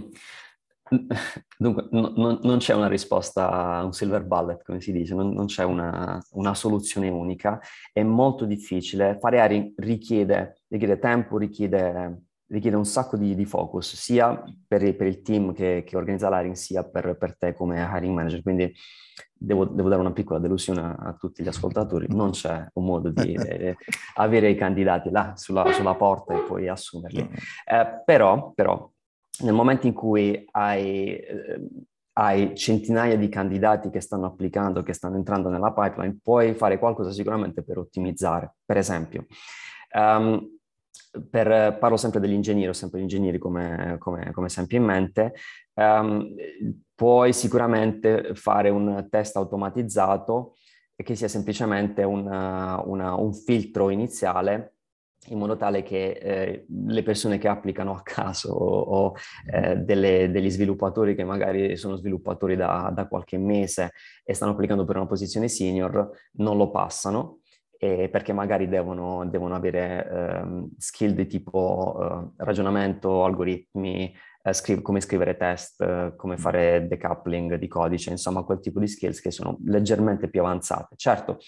Dunque, no, no, non c'è una risposta, un silver bullet, come si dice, non, non c'è una, una soluzione unica, è molto difficile. Fare hiring richiede, richiede tempo, richiede, richiede un sacco di, di focus, sia per, per il team che, che organizza l'hiring, sia per, per te come hiring manager. Quindi devo, devo dare una piccola delusione a, a tutti gli ascoltatori, non c'è un modo di eh, avere i candidati là sulla, sulla porta e poi assumerli. Eh, però, però, nel momento in cui hai, eh, hai centinaia di candidati che stanno applicando, che stanno entrando nella pipeline, puoi fare qualcosa sicuramente per ottimizzare. Per esempio, um, per, parlo sempre degli ingegneri, ho sempre gli ingegneri come, come, come esempio in mente, um, puoi sicuramente fare un test automatizzato che sia semplicemente una, una, un filtro iniziale, in modo tale che eh, le persone che applicano a caso o, o eh, delle, degli sviluppatori che magari sono sviluppatori da, da qualche mese e stanno applicando per una posizione senior non lo passano, eh, perché magari devono, devono avere eh, skill di tipo eh, ragionamento, algoritmi, eh, scrive, come scrivere test, eh, come fare decoupling di codice, insomma quel tipo di skills che sono leggermente più avanzate. Certo,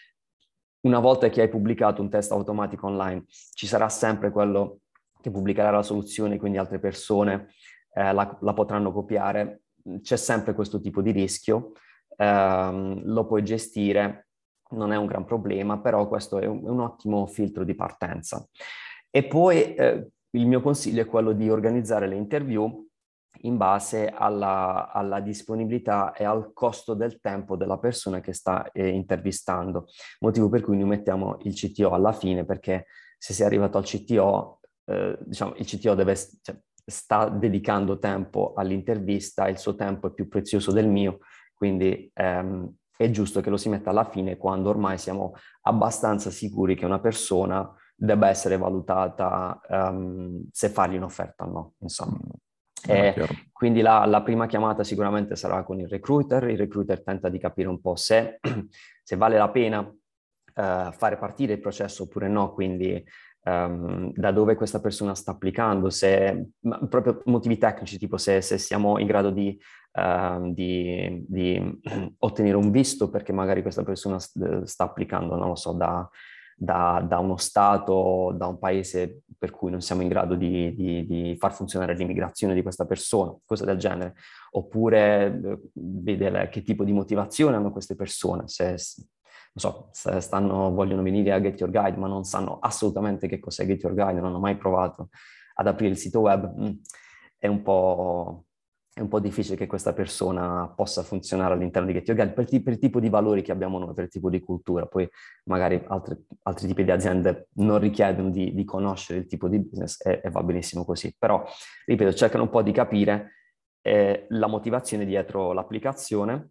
una volta che hai pubblicato un test automatico online, ci sarà sempre quello che pubblicherà la soluzione, quindi altre persone eh, la, la potranno copiare. C'è sempre questo tipo di rischio, ehm, lo puoi gestire, non è un gran problema, però questo è un, è un ottimo filtro di partenza. E poi eh, il mio consiglio è quello di organizzare le interview in base alla, alla disponibilità e al costo del tempo della persona che sta eh, intervistando, motivo per cui noi mettiamo il C T O alla fine, perché se sei arrivato al C T O, eh, diciamo, il C T O deve, cioè, sta dedicando tempo all'intervista, il suo tempo è più prezioso del mio, quindi ehm, è giusto che lo si metta alla fine, quando ormai siamo abbastanza sicuri che una persona debba essere valutata um, se fargli un'offerta o no, insomma. Eh, quindi la, la prima chiamata sicuramente sarà con il recruiter. Il recruiter tenta di capire un po' se, se vale la pena uh, fare partire il processo oppure no, quindi um, da dove questa persona sta applicando, se proprio motivi tecnici, tipo se, se siamo in grado di, uh, di, di ottenere un visto perché magari questa persona st- sta applicando, non lo so, da... Da, da uno stato, da un paese per cui non siamo in grado di, di, di far funzionare l'immigrazione di questa persona, cose del genere. Oppure eh, vedere che tipo di motivazione hanno queste persone, se, so, stanno, vogliono venire a Get Your Guide, ma non sanno assolutamente che cos'è Get Your Guide, non hanno mai provato ad aprire il sito web, è un po', è un po' difficile che questa persona possa funzionare all'interno di Get Your Guide per, per il tipo di valori che abbiamo noi, per il tipo di cultura. Poi magari altre, altri tipi di aziende non richiedono di, di conoscere il tipo di business e, e va benissimo così. Però, ripeto, cercano un po' di capire eh, la motivazione dietro l'applicazione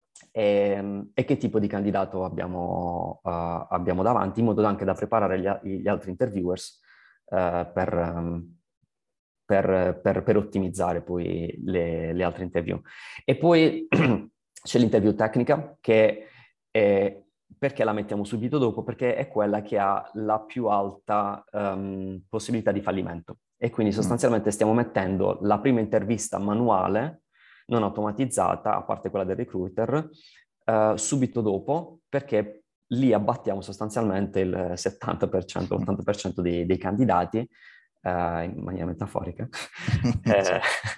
e, e che tipo di candidato abbiamo, uh, abbiamo davanti, in modo anche da preparare gli, gli altri interviewers uh, per, um, per, per, per ottimizzare poi le, le altre interview. E poi c'è l'interview tecnica, che è, perché la mettiamo subito dopo? Perché è quella che ha la più alta um, possibilità di fallimento. E quindi sostanzialmente stiamo mettendo la prima intervista manuale, non automatizzata, a parte quella del recruiter, uh, subito dopo, perché lì abbattiamo sostanzialmente il settanta per cento, l'ottanta per cento dei, dei candidati, uh, in maniera metaforica, eh,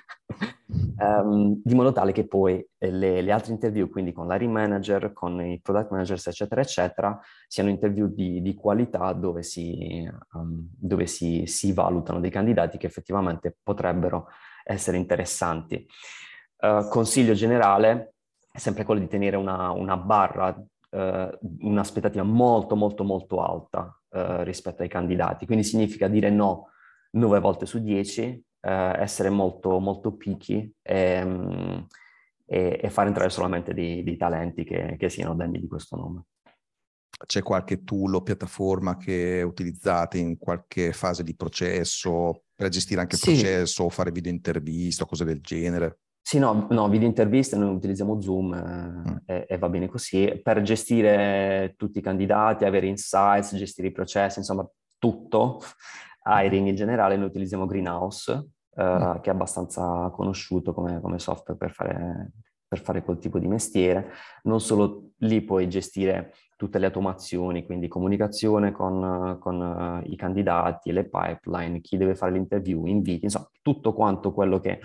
um, di modo tale che poi le, le altre interview, quindi con l'hiring manager, con i product managers, eccetera, eccetera, siano interview di, di qualità dove, si, um, dove si, si valutano dei candidati che effettivamente potrebbero essere interessanti. Uh, consiglio generale è sempre quello di tenere una, una barra, uh, un'aspettativa molto, molto, molto alta uh, rispetto ai candidati. Quindi significa dire no nove volte su dieci, uh, essere molto, molto picky e, um, e, e far entrare solamente dei, dei talenti che, che siano degni di questo nome. C'è qualche tool o piattaforma che utilizzate in qualche fase di processo per gestire anche il Sì. processo o fare video interviste o cose del genere? Sì, no, no, video interviste, noi utilizziamo Zoom eh, Mm. e, e va bene così. Per gestire tutti i candidati, avere insights, gestire i processi, insomma tutto, hiring in generale, noi utilizziamo Greenhouse, eh, Mm. che è abbastanza conosciuto come, come software per fare, per fare quel tipo di mestiere. Non solo lì puoi gestire tutte le automazioni, quindi comunicazione con, con uh, i candidati, le pipeline, chi deve fare l'interview, inviti, insomma tutto quanto quello che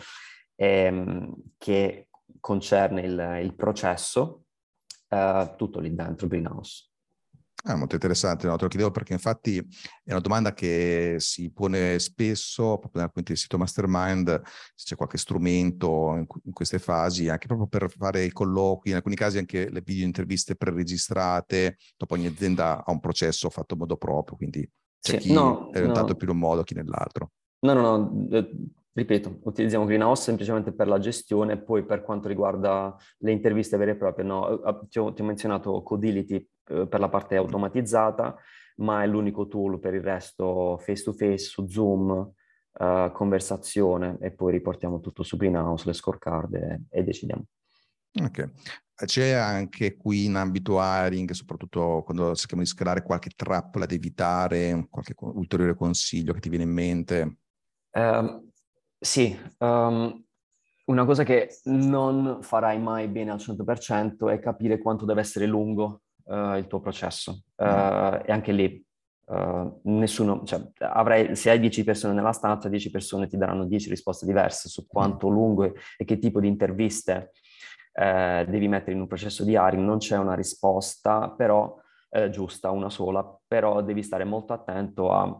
Ehm, che concerne il, il processo, eh, tutto lì dentro Greenhouse. Ah, molto interessante, no? Te lo chiedevo perché infatti è una domanda che si pone spesso proprio nel del sito Mastermind, se c'è qualche strumento in, in queste fasi, anche proprio per fare i colloqui, in alcuni casi anche le video interviste preregistrate, dopo ogni azienda ha un processo fatto in modo proprio, quindi c'è Sì, chi no, è orientato no, più in un modo, chi nell'altro. no, no, no, eh, ripeto, utilizziamo Greenhouse semplicemente per la gestione, e poi per quanto riguarda le interviste vere e proprie, no, eh, ti ho, ti ho menzionato Codility eh, per la parte automatizzata, ma è l'unico tool per il resto face to face su Zoom, eh, conversazione, e poi riportiamo tutto su Greenhouse, le scorecard e, e decidiamo. Ok. C'è anche qui in ambito hiring, soprattutto quando cerchiamo di scalare qualche trappola da evitare, qualche ulteriore consiglio che ti viene in mente? Um, sì, um, una cosa che non farai mai bene al cento per cento è capire quanto deve essere lungo uh, il tuo processo. Uh, Mm. e anche lì uh, nessuno, cioè, avrai, se hai dieci persone nella stanza, dieci persone ti daranno dieci risposte diverse su quanto lungo e, e che tipo di interviste uh, devi mettere in un processo di hiring. Non c'è una risposta, però uh, giusta, una sola, però devi stare molto attento a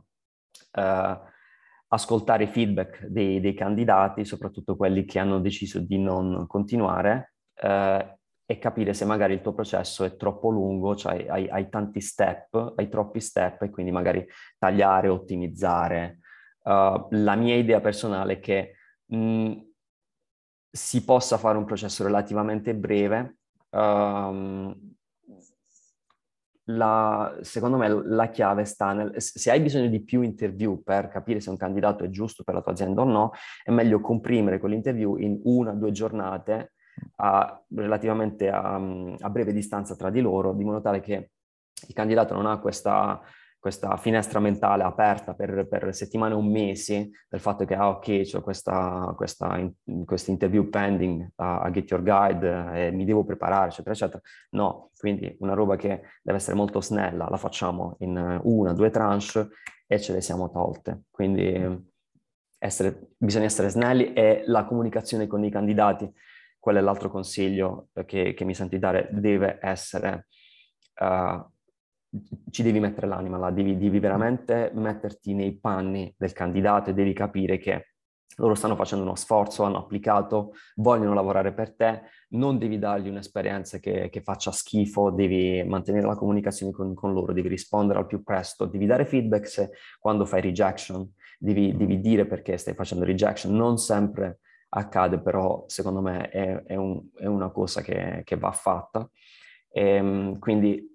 uh, ascoltare i feedback dei, dei candidati, soprattutto quelli che hanno deciso di non continuare, eh, e capire se magari il tuo processo è troppo lungo, cioè hai, hai tanti step, hai troppi step, e quindi magari tagliare, ottimizzare. Uh, la mia idea personale è che mh, si possa fare un processo relativamente breve. Um, La, secondo me la chiave sta nel... Se hai bisogno di più interview per capire se un candidato è giusto per la tua azienda o no, è meglio comprimere quell'interview in una o due giornate a, relativamente a, a breve distanza tra di loro, di modo tale che il candidato non ha questa, questa finestra mentale aperta per, per settimane o mesi del fatto che, ah ok, c'ho questa, questa, questa interview pending a, a Get Your Guide e mi devo preparare, eccetera, eccetera. No, quindi una roba che deve essere molto snella, la facciamo in una, due tranche e ce le siamo tolte. Quindi essere, bisogna essere snelli, e la comunicazione con i candidati, quello è l'altro consiglio che, che mi senti dare, deve essere uh, ci devi mettere l'anima là, devi, devi veramente metterti nei panni del candidato e devi capire che loro stanno facendo uno sforzo, hanno applicato, vogliono lavorare per te, non devi dargli un'esperienza che, che faccia schifo, devi mantenere la comunicazione con, con loro, devi rispondere al più presto, devi dare feedback se, quando fai rejection, devi, devi dire perché stai facendo rejection, non sempre accade, però secondo me è, è, un, è una cosa che, che va fatta. E, quindi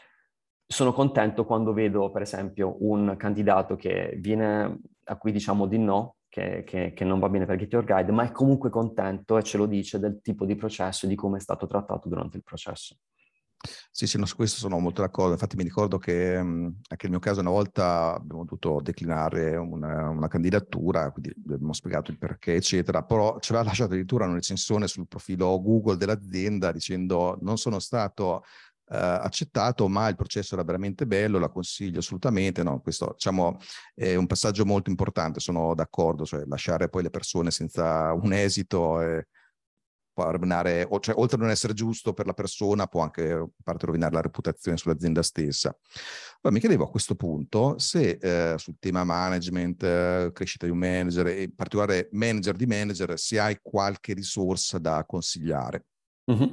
sono contento quando vedo, per esempio, un candidato che viene, a cui diciamo di no, che, che, che non va bene per Get Your Guide, ma è comunque contento e ce lo dice del tipo di processo e di come è stato trattato durante il processo. Sì, sì, no, su questo sono molto d'accordo. Infatti mi ricordo che mh, anche nel mio caso una volta abbiamo dovuto declinare una, una candidatura, quindi abbiamo spiegato il perché, eccetera, però ci aveva lasciato addirittura una recensione sul profilo Google dell'azienda dicendo non sono stato Uh, accettato, ma il processo era veramente bello, la consiglio assolutamente. No, questo diciamo è un passaggio molto importante, sono d'accordo, cioè lasciare poi le persone senza un esito eh, può rovinare, o, cioè, oltre a non essere giusto per la persona, può anche a parte rovinare la reputazione sull'azienda stessa. Poi mi chiedevo a questo punto se eh, sul tema management, eh, crescita di un manager e in particolare manager di manager, se hai qualche risorsa da consigliare. Mm-hmm.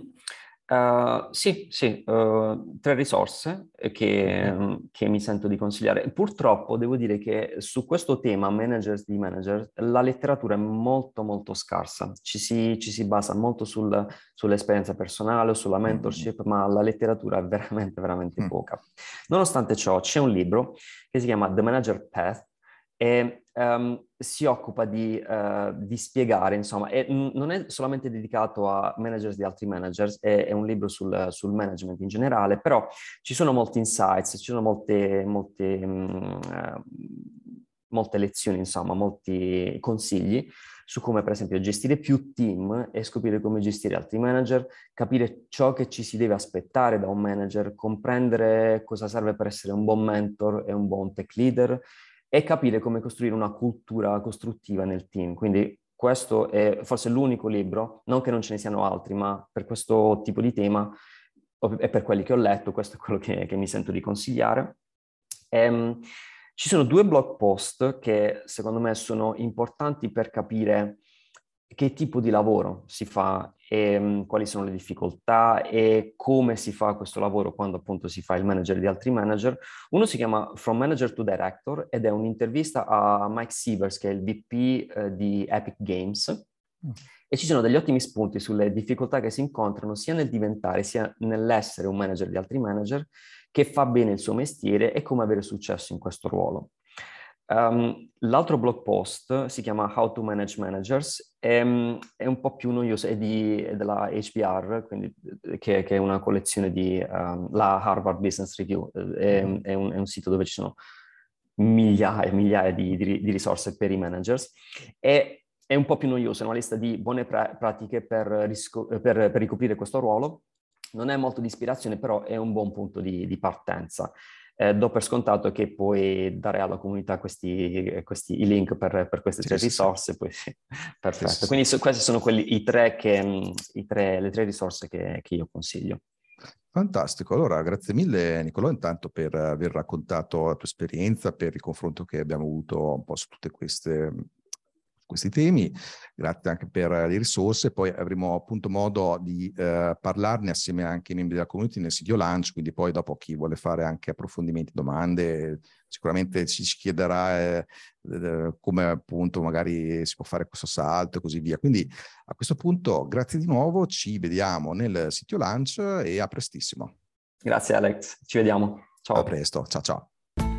Uh, sì, sì, uh, tre risorse che, um, che mi sento di consigliare. Purtroppo devo dire che su questo tema, managers di manager, la letteratura è molto molto scarsa. Ci si, ci si basa molto sul, sull'esperienza personale o sulla mentorship, mm-hmm. ma la letteratura è veramente, veramente mm. poca. Nonostante ciò, c'è un libro che si chiama The Manager Path e um, si occupa di, uh, di spiegare, insomma, e n- non è solamente dedicato a managers di altri managers, è, è un libro sul, sul management in generale, però ci sono molti insights, ci sono molte, molte, um, uh, molte lezioni, insomma, molti consigli su come, per esempio, gestire più team e scoprire come gestire altri manager, capire ciò che ci si deve aspettare da un manager, comprendere cosa serve per essere un buon mentor e un buon tech leader, e capire come costruire una cultura costruttiva nel team. Quindi questo è forse l'unico libro, non che non ce ne siano altri, ma per questo tipo di tema e per quelli che ho letto, questo è quello che, che mi sento di consigliare. Ehm, ci sono due blog post che secondo me sono importanti per capire che tipo di lavoro si fa e um, quali sono le difficoltà e come si fa questo lavoro quando appunto si fa il manager di altri manager. Uno si chiama From Manager to Director ed è un'intervista a Mike Sievers, che è il V P eh, di Epic Games, mm. e ci sono degli ottimi spunti sulle difficoltà che si incontrano sia nel diventare sia nell'essere un manager di altri manager, che fa bene il suo mestiere e come avere successo in questo ruolo. Um, l'altro blog post si chiama How to Manage Managers, è, è un po' più noioso, è, di, è della H B R, quindi, che, che è una collezione di um, la Harvard Business Review, è, è, un, è un sito dove ci sono migliaia e migliaia di, di, di risorse per i managers, e è un po' più noioso, è una lista di buone pra- pratiche per, risco- per, per ricoprire questo ruolo. Non è molto di ispirazione, però è un buon punto di, di partenza. Eh, do per scontato che puoi dare alla comunità questi, questi i link per, per queste sì, tre sì, risorse, sì. Poi sì, perfetto. Sì, sì. Quindi so, questi sono quelli, i tre che, i tre, le tre risorse che, che io consiglio. Fantastico, allora grazie mille Nicolò intanto per aver raccontato la tua esperienza, per il confronto che abbiamo avuto un po' su tutte queste questi temi, grazie anche per le risorse, poi avremo appunto modo di eh, parlarne assieme anche ai membri della community nel sito Lunch, quindi poi dopo chi vuole fare anche approfondimenti, domande, sicuramente ci, ci chiederà eh, eh, come appunto magari si può fare questo salto e così via. Quindi a questo punto grazie di nuovo, ci vediamo nel sito Lunch e a prestissimo. Grazie Alex, ci vediamo. Ciao. A presto, ciao ciao.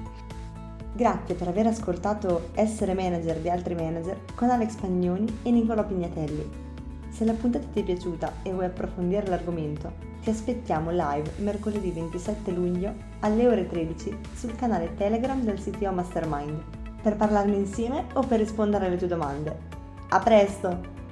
Grazie per aver ascoltato Essere Manager di altri manager con Alex Pagnoni e Nicolò Pignatelli. Se la puntata ti è piaciuta e vuoi approfondire l'argomento, ti aspettiamo live mercoledì ventisette luglio alle ore tredici sul canale Telegram del C T O Mastermind per parlarne insieme o per rispondere alle tue domande. A presto!